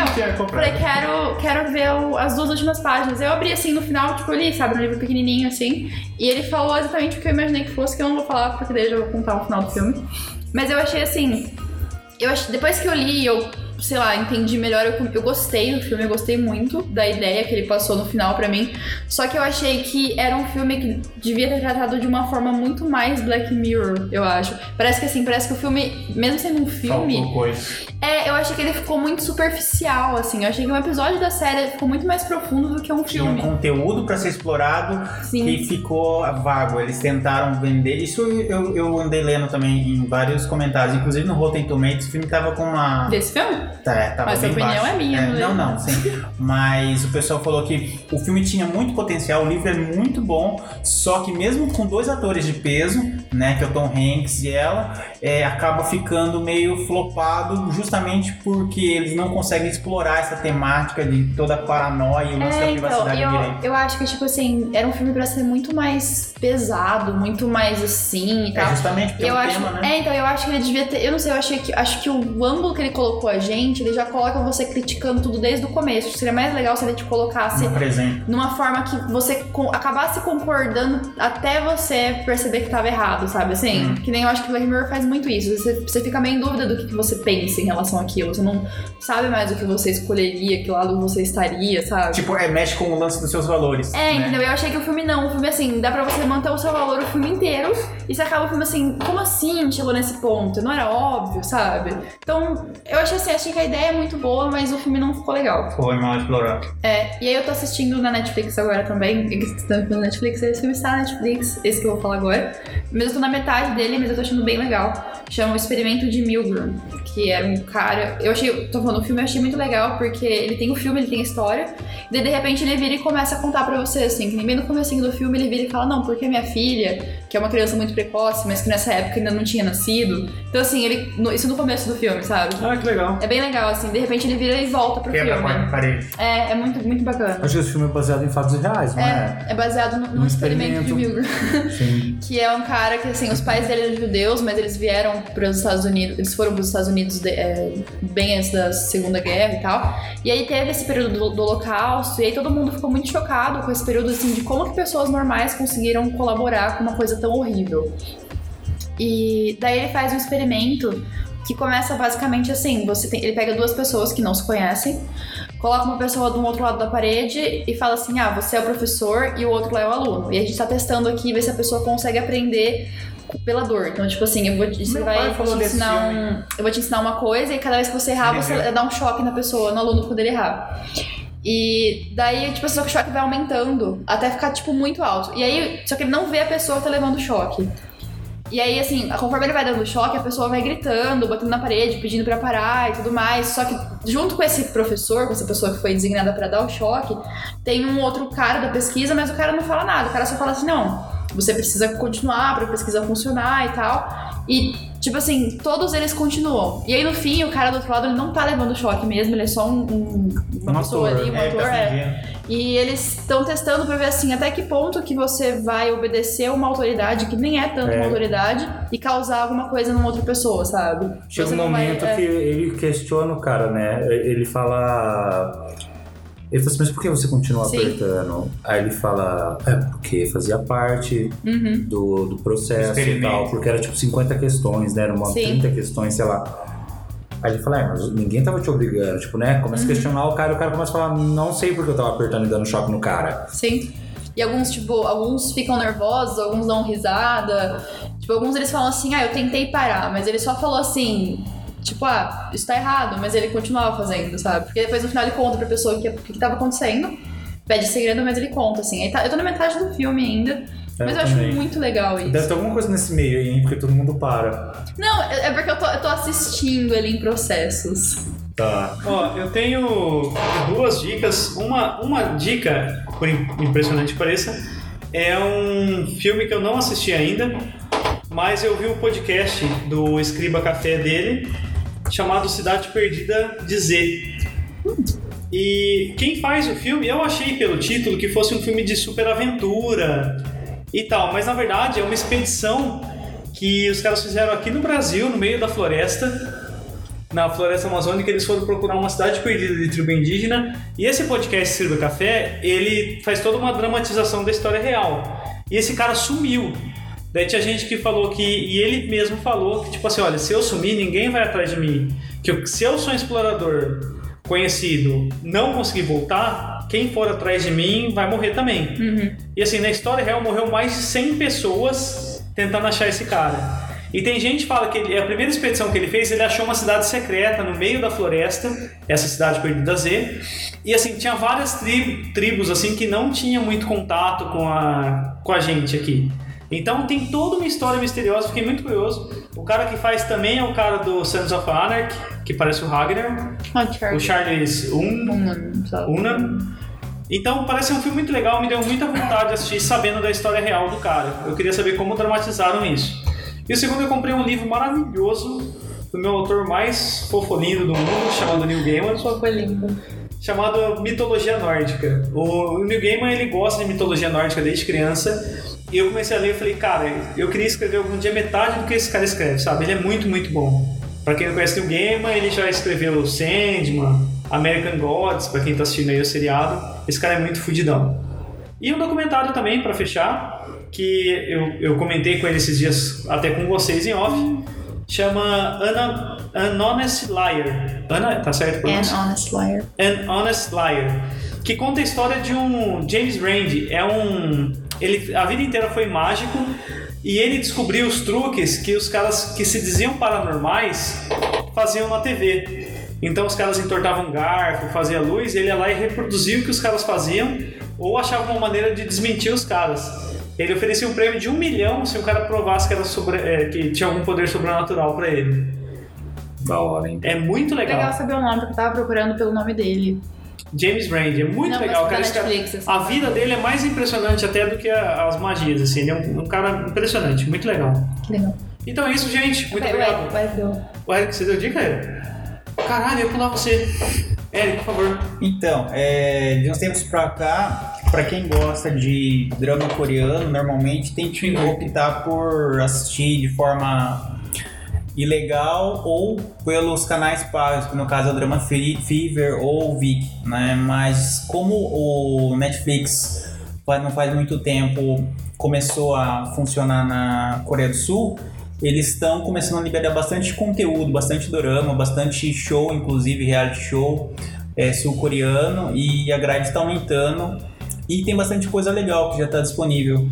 quero ver as 2 últimas páginas. Eu abri, assim, no final, tipo, eu li, sabe, um livro pequenininho, assim. E ele falou exatamente o que eu imaginei que fosse, que eu não vou falar, porque daí eu já vou contar o final do filme. Mas eu achei, assim... Depois que eu li, eu, sei lá, entendi melhor, eu gostei do filme, eu gostei muito da ideia que ele passou no final pra mim. Só que eu achei que era um filme que devia ter tratado de uma forma muito mais Black Mirror, eu acho. Parece que o filme, mesmo sendo um filme... Faltou coisa. Eu achei que ele ficou muito superficial, assim. Eu achei que um episódio da série ficou muito mais profundo do que um Tinha filme. um conteúdo pra ser explorado. Sim. Que ficou vago. Eles tentaram vender. Isso eu andei lendo também em vários comentários. Inclusive no Rotten Tomatoes, o filme tava com uma... Desse filme? Tava Mas a bem opinião baixo. é minha, Não, sim. Mas o pessoal falou que o filme tinha muito potencial, o livro é muito bom, só que mesmo com 2 atores de peso, né, que é o Tom Hanks e ela, acaba ficando meio flopado justamente porque eles não conseguem explorar essa temática de toda a paranoia e o lance da privacidade direito. Eu acho que, tipo assim, era um filme pra ser muito mais pesado, muito mais assim e tal. Justamente porque eu tema, né? Então, eu acho que ele devia ter... Eu não sei, acho que o ângulo que ele colocou a gente, ele já coloca você criticando tudo desde o começo. Seria mais legal se ele te colocasse numa forma que você acabasse concordando até você perceber que tava errado, sabe? Assim, que nem eu acho que o Black Mirror faz muito isso. Você fica meio em dúvida do que você pensa em relação àquilo. Você não sabe mais o que você escolheria, que lado você estaria, sabe? Tipo, mexe com o lance dos seus valores. Né? Entendeu? Eu achei que o filme não. O filme, assim, dá pra você manter o seu valor o filme inteiro e você acaba o filme assim, como assim chegou nesse ponto? Não era óbvio, sabe? Então, eu achei que a ideia é muito boa, mas o filme não ficou legal. Foi mal explorado. E aí eu tô assistindo na Netflix agora também. Na Netflix, esse filme está na Netflix, esse que eu vou falar agora. Mas eu tô na metade dele, mas eu tô achando bem legal. Chama O Experimento de Milgram, que era um cara... Tô falando, o filme eu achei muito legal, porque ele tem o filme, ele tem a história, e daí de repente ele vira e começa a contar pra você, assim, que nem bem no comecinho do filme ele vira e fala, não, porque minha filha, que é uma criança muito precoce, mas que nessa época ainda não tinha nascido. Então assim, isso no começo do filme, sabe? Ah, que legal. É bem legal, assim, de repente ele vira e volta pro filme. É muito, muito bacana. Acho que esse filme é baseado em fatos reais, não é? É baseado no experimento de Milgram. Sim. Que é um cara que, assim, os pais dele eram judeus, mas eles vieram para os Estados Unidos, eles foram para os Estados Unidos bem antes da Segunda Guerra e tal. E aí teve esse período do Holocausto, e aí todo mundo ficou muito chocado com esse período, assim, de como que pessoas normais conseguiram colaborar com uma coisa tão horrível. E daí ele faz um experimento que começa basicamente assim, ele pega 2 pessoas que não se conhecem, coloca uma pessoa do outro lado da parede e fala assim, você é o professor e o outro lá é o aluno. E a gente tá testando aqui, ver se a pessoa consegue aprender pela dor. Então, tipo assim, eu vou te ensinar uma coisa e cada vez que você errar, você dá um choque na pessoa, no aluno, quando ele errar. E daí, tipo, o choque vai aumentando até ficar, tipo, muito alto. E aí, só que ele não vê a pessoa que tá levando o choque. E aí, assim, conforme ele vai dando choque, a pessoa vai gritando, batendo na parede, pedindo pra parar e tudo mais. Só que, junto com esse professor, com essa pessoa que foi designada pra dar o choque, tem um outro cara da pesquisa, mas o cara não fala nada. O cara só fala assim, não, você precisa continuar pra pesquisa funcionar e tal. E, tipo assim, todos eles continuam. E aí, no fim, o cara do outro lado, ele não tá levando choque mesmo, ele é só uma pessoa ali, um ator, E eles estão testando pra ver, assim, até que ponto que você vai obedecer uma autoridade que nem é tanto uma autoridade e causar alguma coisa numa outra pessoa, sabe? Chega um momento que ele questiona o cara, né? Ele fala... Ele fala assim, mas por que você continua apertando? Aí ele fala, porque fazia parte do processo e tal, porque era tipo 50 questões, né? Eram umas 30 questões, sei lá. Aí ele fala, mas ninguém tava te obrigando, tipo, né? Começa a questionar o cara começa a falar, não sei porque eu tava apertando e dando choque no cara. Sim. E alguns ficam nervosos, alguns dão risada. Tipo, alguns eles falam assim, eu tentei parar, mas ele só falou assim... Tipo, isso tá errado, mas ele continuava fazendo, sabe? Porque depois no final ele conta pra pessoa o que tava acontecendo, pede segredo, mas ele conta, assim. Eu tô na metade do filme ainda, mas eu acho muito legal isso. Deve ter alguma coisa nesse meio aí, hein? Porque todo mundo para. Não, é porque eu tô assistindo ele em processos. Tá. Eu tenho 2 dicas. Uma dica, por impressionante que pareça, é um filme que eu não assisti ainda, mas eu vi o podcast do Escriba Café dele, chamado Cidade Perdida de Z. E quem faz o filme, eu achei pelo título que fosse um filme de superaventura e tal, mas na verdade é uma expedição que os caras fizeram aqui no Brasil, no meio da floresta, na floresta amazônica. Eles foram procurar uma cidade perdida de tribo indígena, e esse podcast Escriba Café, ele faz toda uma dramatização da história real. E esse cara sumiu. Daí tinha gente que falou que, e ele mesmo falou que, tipo assim, olha, se eu sumir, ninguém vai atrás de mim. Que se eu sou um explorador conhecido, não conseguir voltar, quem for atrás de mim vai morrer também. E assim, na história real, morreu mais de 100 pessoas tentando achar esse cara. E tem gente que fala que a primeira expedição que ele fez, ele achou uma cidade secreta no meio da floresta, essa cidade perdida Z. E assim, tinha várias tribos assim que não tinha muito contato com a gente aqui. Então tem toda uma história misteriosa, fiquei muito curioso. O cara que faz também é o cara do Sons of Anarchy, que parece o Ragnar. O Charles Hunnam. Então parece um filme muito legal, me deu muita vontade de assistir sabendo da história real do cara. Eu queria saber como dramatizaram isso. E o segundo, eu comprei um livro maravilhoso do meu autor mais fofolindo do mundo, chamado Neil Gaiman. Fofolindo. Chamado Mitologia Nórdica. O Neil Gaiman, ele gosta de mitologia nórdica desde criança. E eu comecei a ler e falei, cara, eu queria escrever algum dia metade do que esse cara escreve, sabe? Ele é muito, muito bom. Pra quem não conhece o Neil Gaiman, ele já escreveu Sandman, American Gods, pra quem tá assistindo aí o seriado. Esse cara é muito fudidão. E um documentário também, pra fechar, que eu comentei com ele esses dias, até com vocês em off, chama An Honest Liar. Tá certo? An Honest Liar. An Honest Liar. Que conta a história de um James Randi. Ele a vida inteira foi mágico e ele descobriu os truques que os caras que se diziam paranormais faziam na TV. Então os caras entortavam garfo, faziam luz, e ele ia lá e reproduzia o que os caras faziam ou achava uma maneira de desmentir os caras. Ele oferecia um prêmio de $1 milhão se o cara provasse que tinha algum poder sobrenatural pra ele. Da hora, hein? É muito legal. Legal saber o nome, porque eu tava procurando pelo nome dele. James Randi, é muito legal. Cara, Netflix, assim, a vida dele é mais impressionante até do que as magias, assim. Ele é um cara impressionante, muito legal. Que legal. Então é isso, gente. Muito obrigado. O Eric, você deu dica, Eric? Caralho, eu ia pular você. Eric, por favor. Então, de uns tempos pra cá, pra quem gosta de drama coreano, normalmente tem que optar por assistir de forma ilegal ou pelos canais pagos, que no caso é o Drama Fever ou o Viki, né? Mas como o Netflix não faz muito tempo começou a funcionar na Coreia do Sul, eles estão começando a liberar bastante conteúdo, bastante dorama, bastante show, inclusive reality show sul-coreano, e a grade está aumentando e tem bastante coisa legal que já está disponível.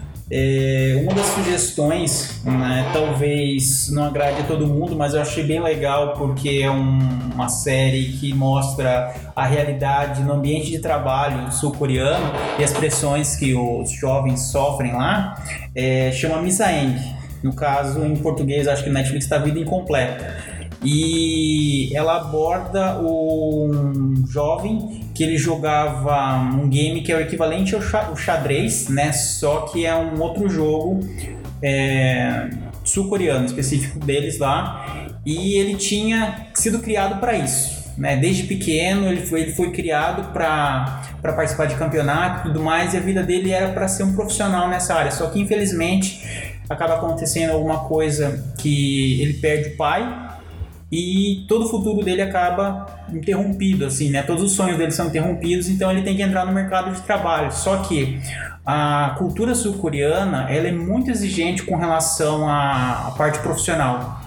Uma das sugestões, né, talvez não agrade a todo mundo, mas eu achei bem legal porque é uma série que mostra a realidade no ambiente de trabalho sul-coreano e as pressões que os jovens sofrem lá, chama Misaeng. No caso, em português, acho que Netflix está Vida Incompleta. E ela aborda um jovem que ele jogava um game que é o equivalente ao xadrez, né? Só que é um outro jogo sul-coreano, específico deles lá. E ele tinha sido criado para isso, né? Desde pequeno ele foi criado para participar de campeonato e tudo mais. E a vida dele era para ser um profissional nessa área. Só que infelizmente acaba acontecendo alguma coisa que ele perde o pai. E todo o futuro dele acaba interrompido, assim, né? Todos os sonhos dele são interrompidos, então ele tem que entrar no mercado de trabalho. Só que a cultura sul-coreana, ela é muito exigente com relação à parte profissional.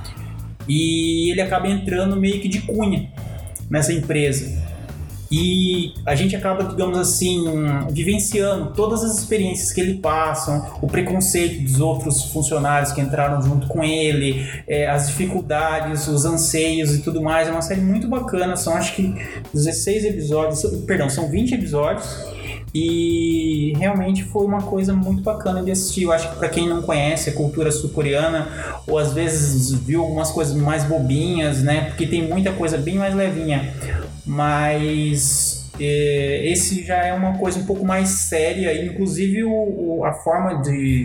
E ele acaba entrando meio que de cunha nessa empresa. E a gente acaba, digamos assim, vivenciando todas as experiências que ele passa, o preconceito dos outros funcionários que entraram junto com ele, as dificuldades, os anseios e tudo mais. É uma série muito bacana, são acho que 16 episódios, perdão, são 20 episódios. E realmente foi uma coisa muito bacana de assistir. Eu acho que para quem não conhece a cultura sul-coreana, ou às vezes viu algumas coisas mais bobinhas, né? Porque tem muita coisa bem mais levinha. Mas esse já é uma coisa um pouco mais séria. Inclusive a forma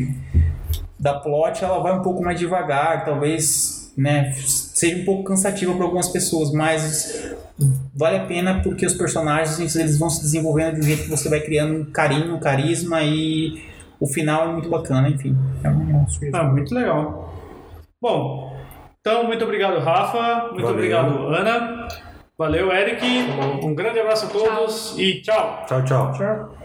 da plot, ela vai um pouco mais devagar. Talvez, né, seja um pouco cansativa para algumas pessoas, mas vale a pena porque os personagens eles vão se desenvolvendo de um jeito que você vai criando um carinho, um carisma, e o final é muito bacana, enfim. Muito legal. Bom, então muito obrigado, Rafa. Muito obrigado, Ana. Valeu, Eric. Um grande abraço a todos. Tchau. E tchau. Tchau.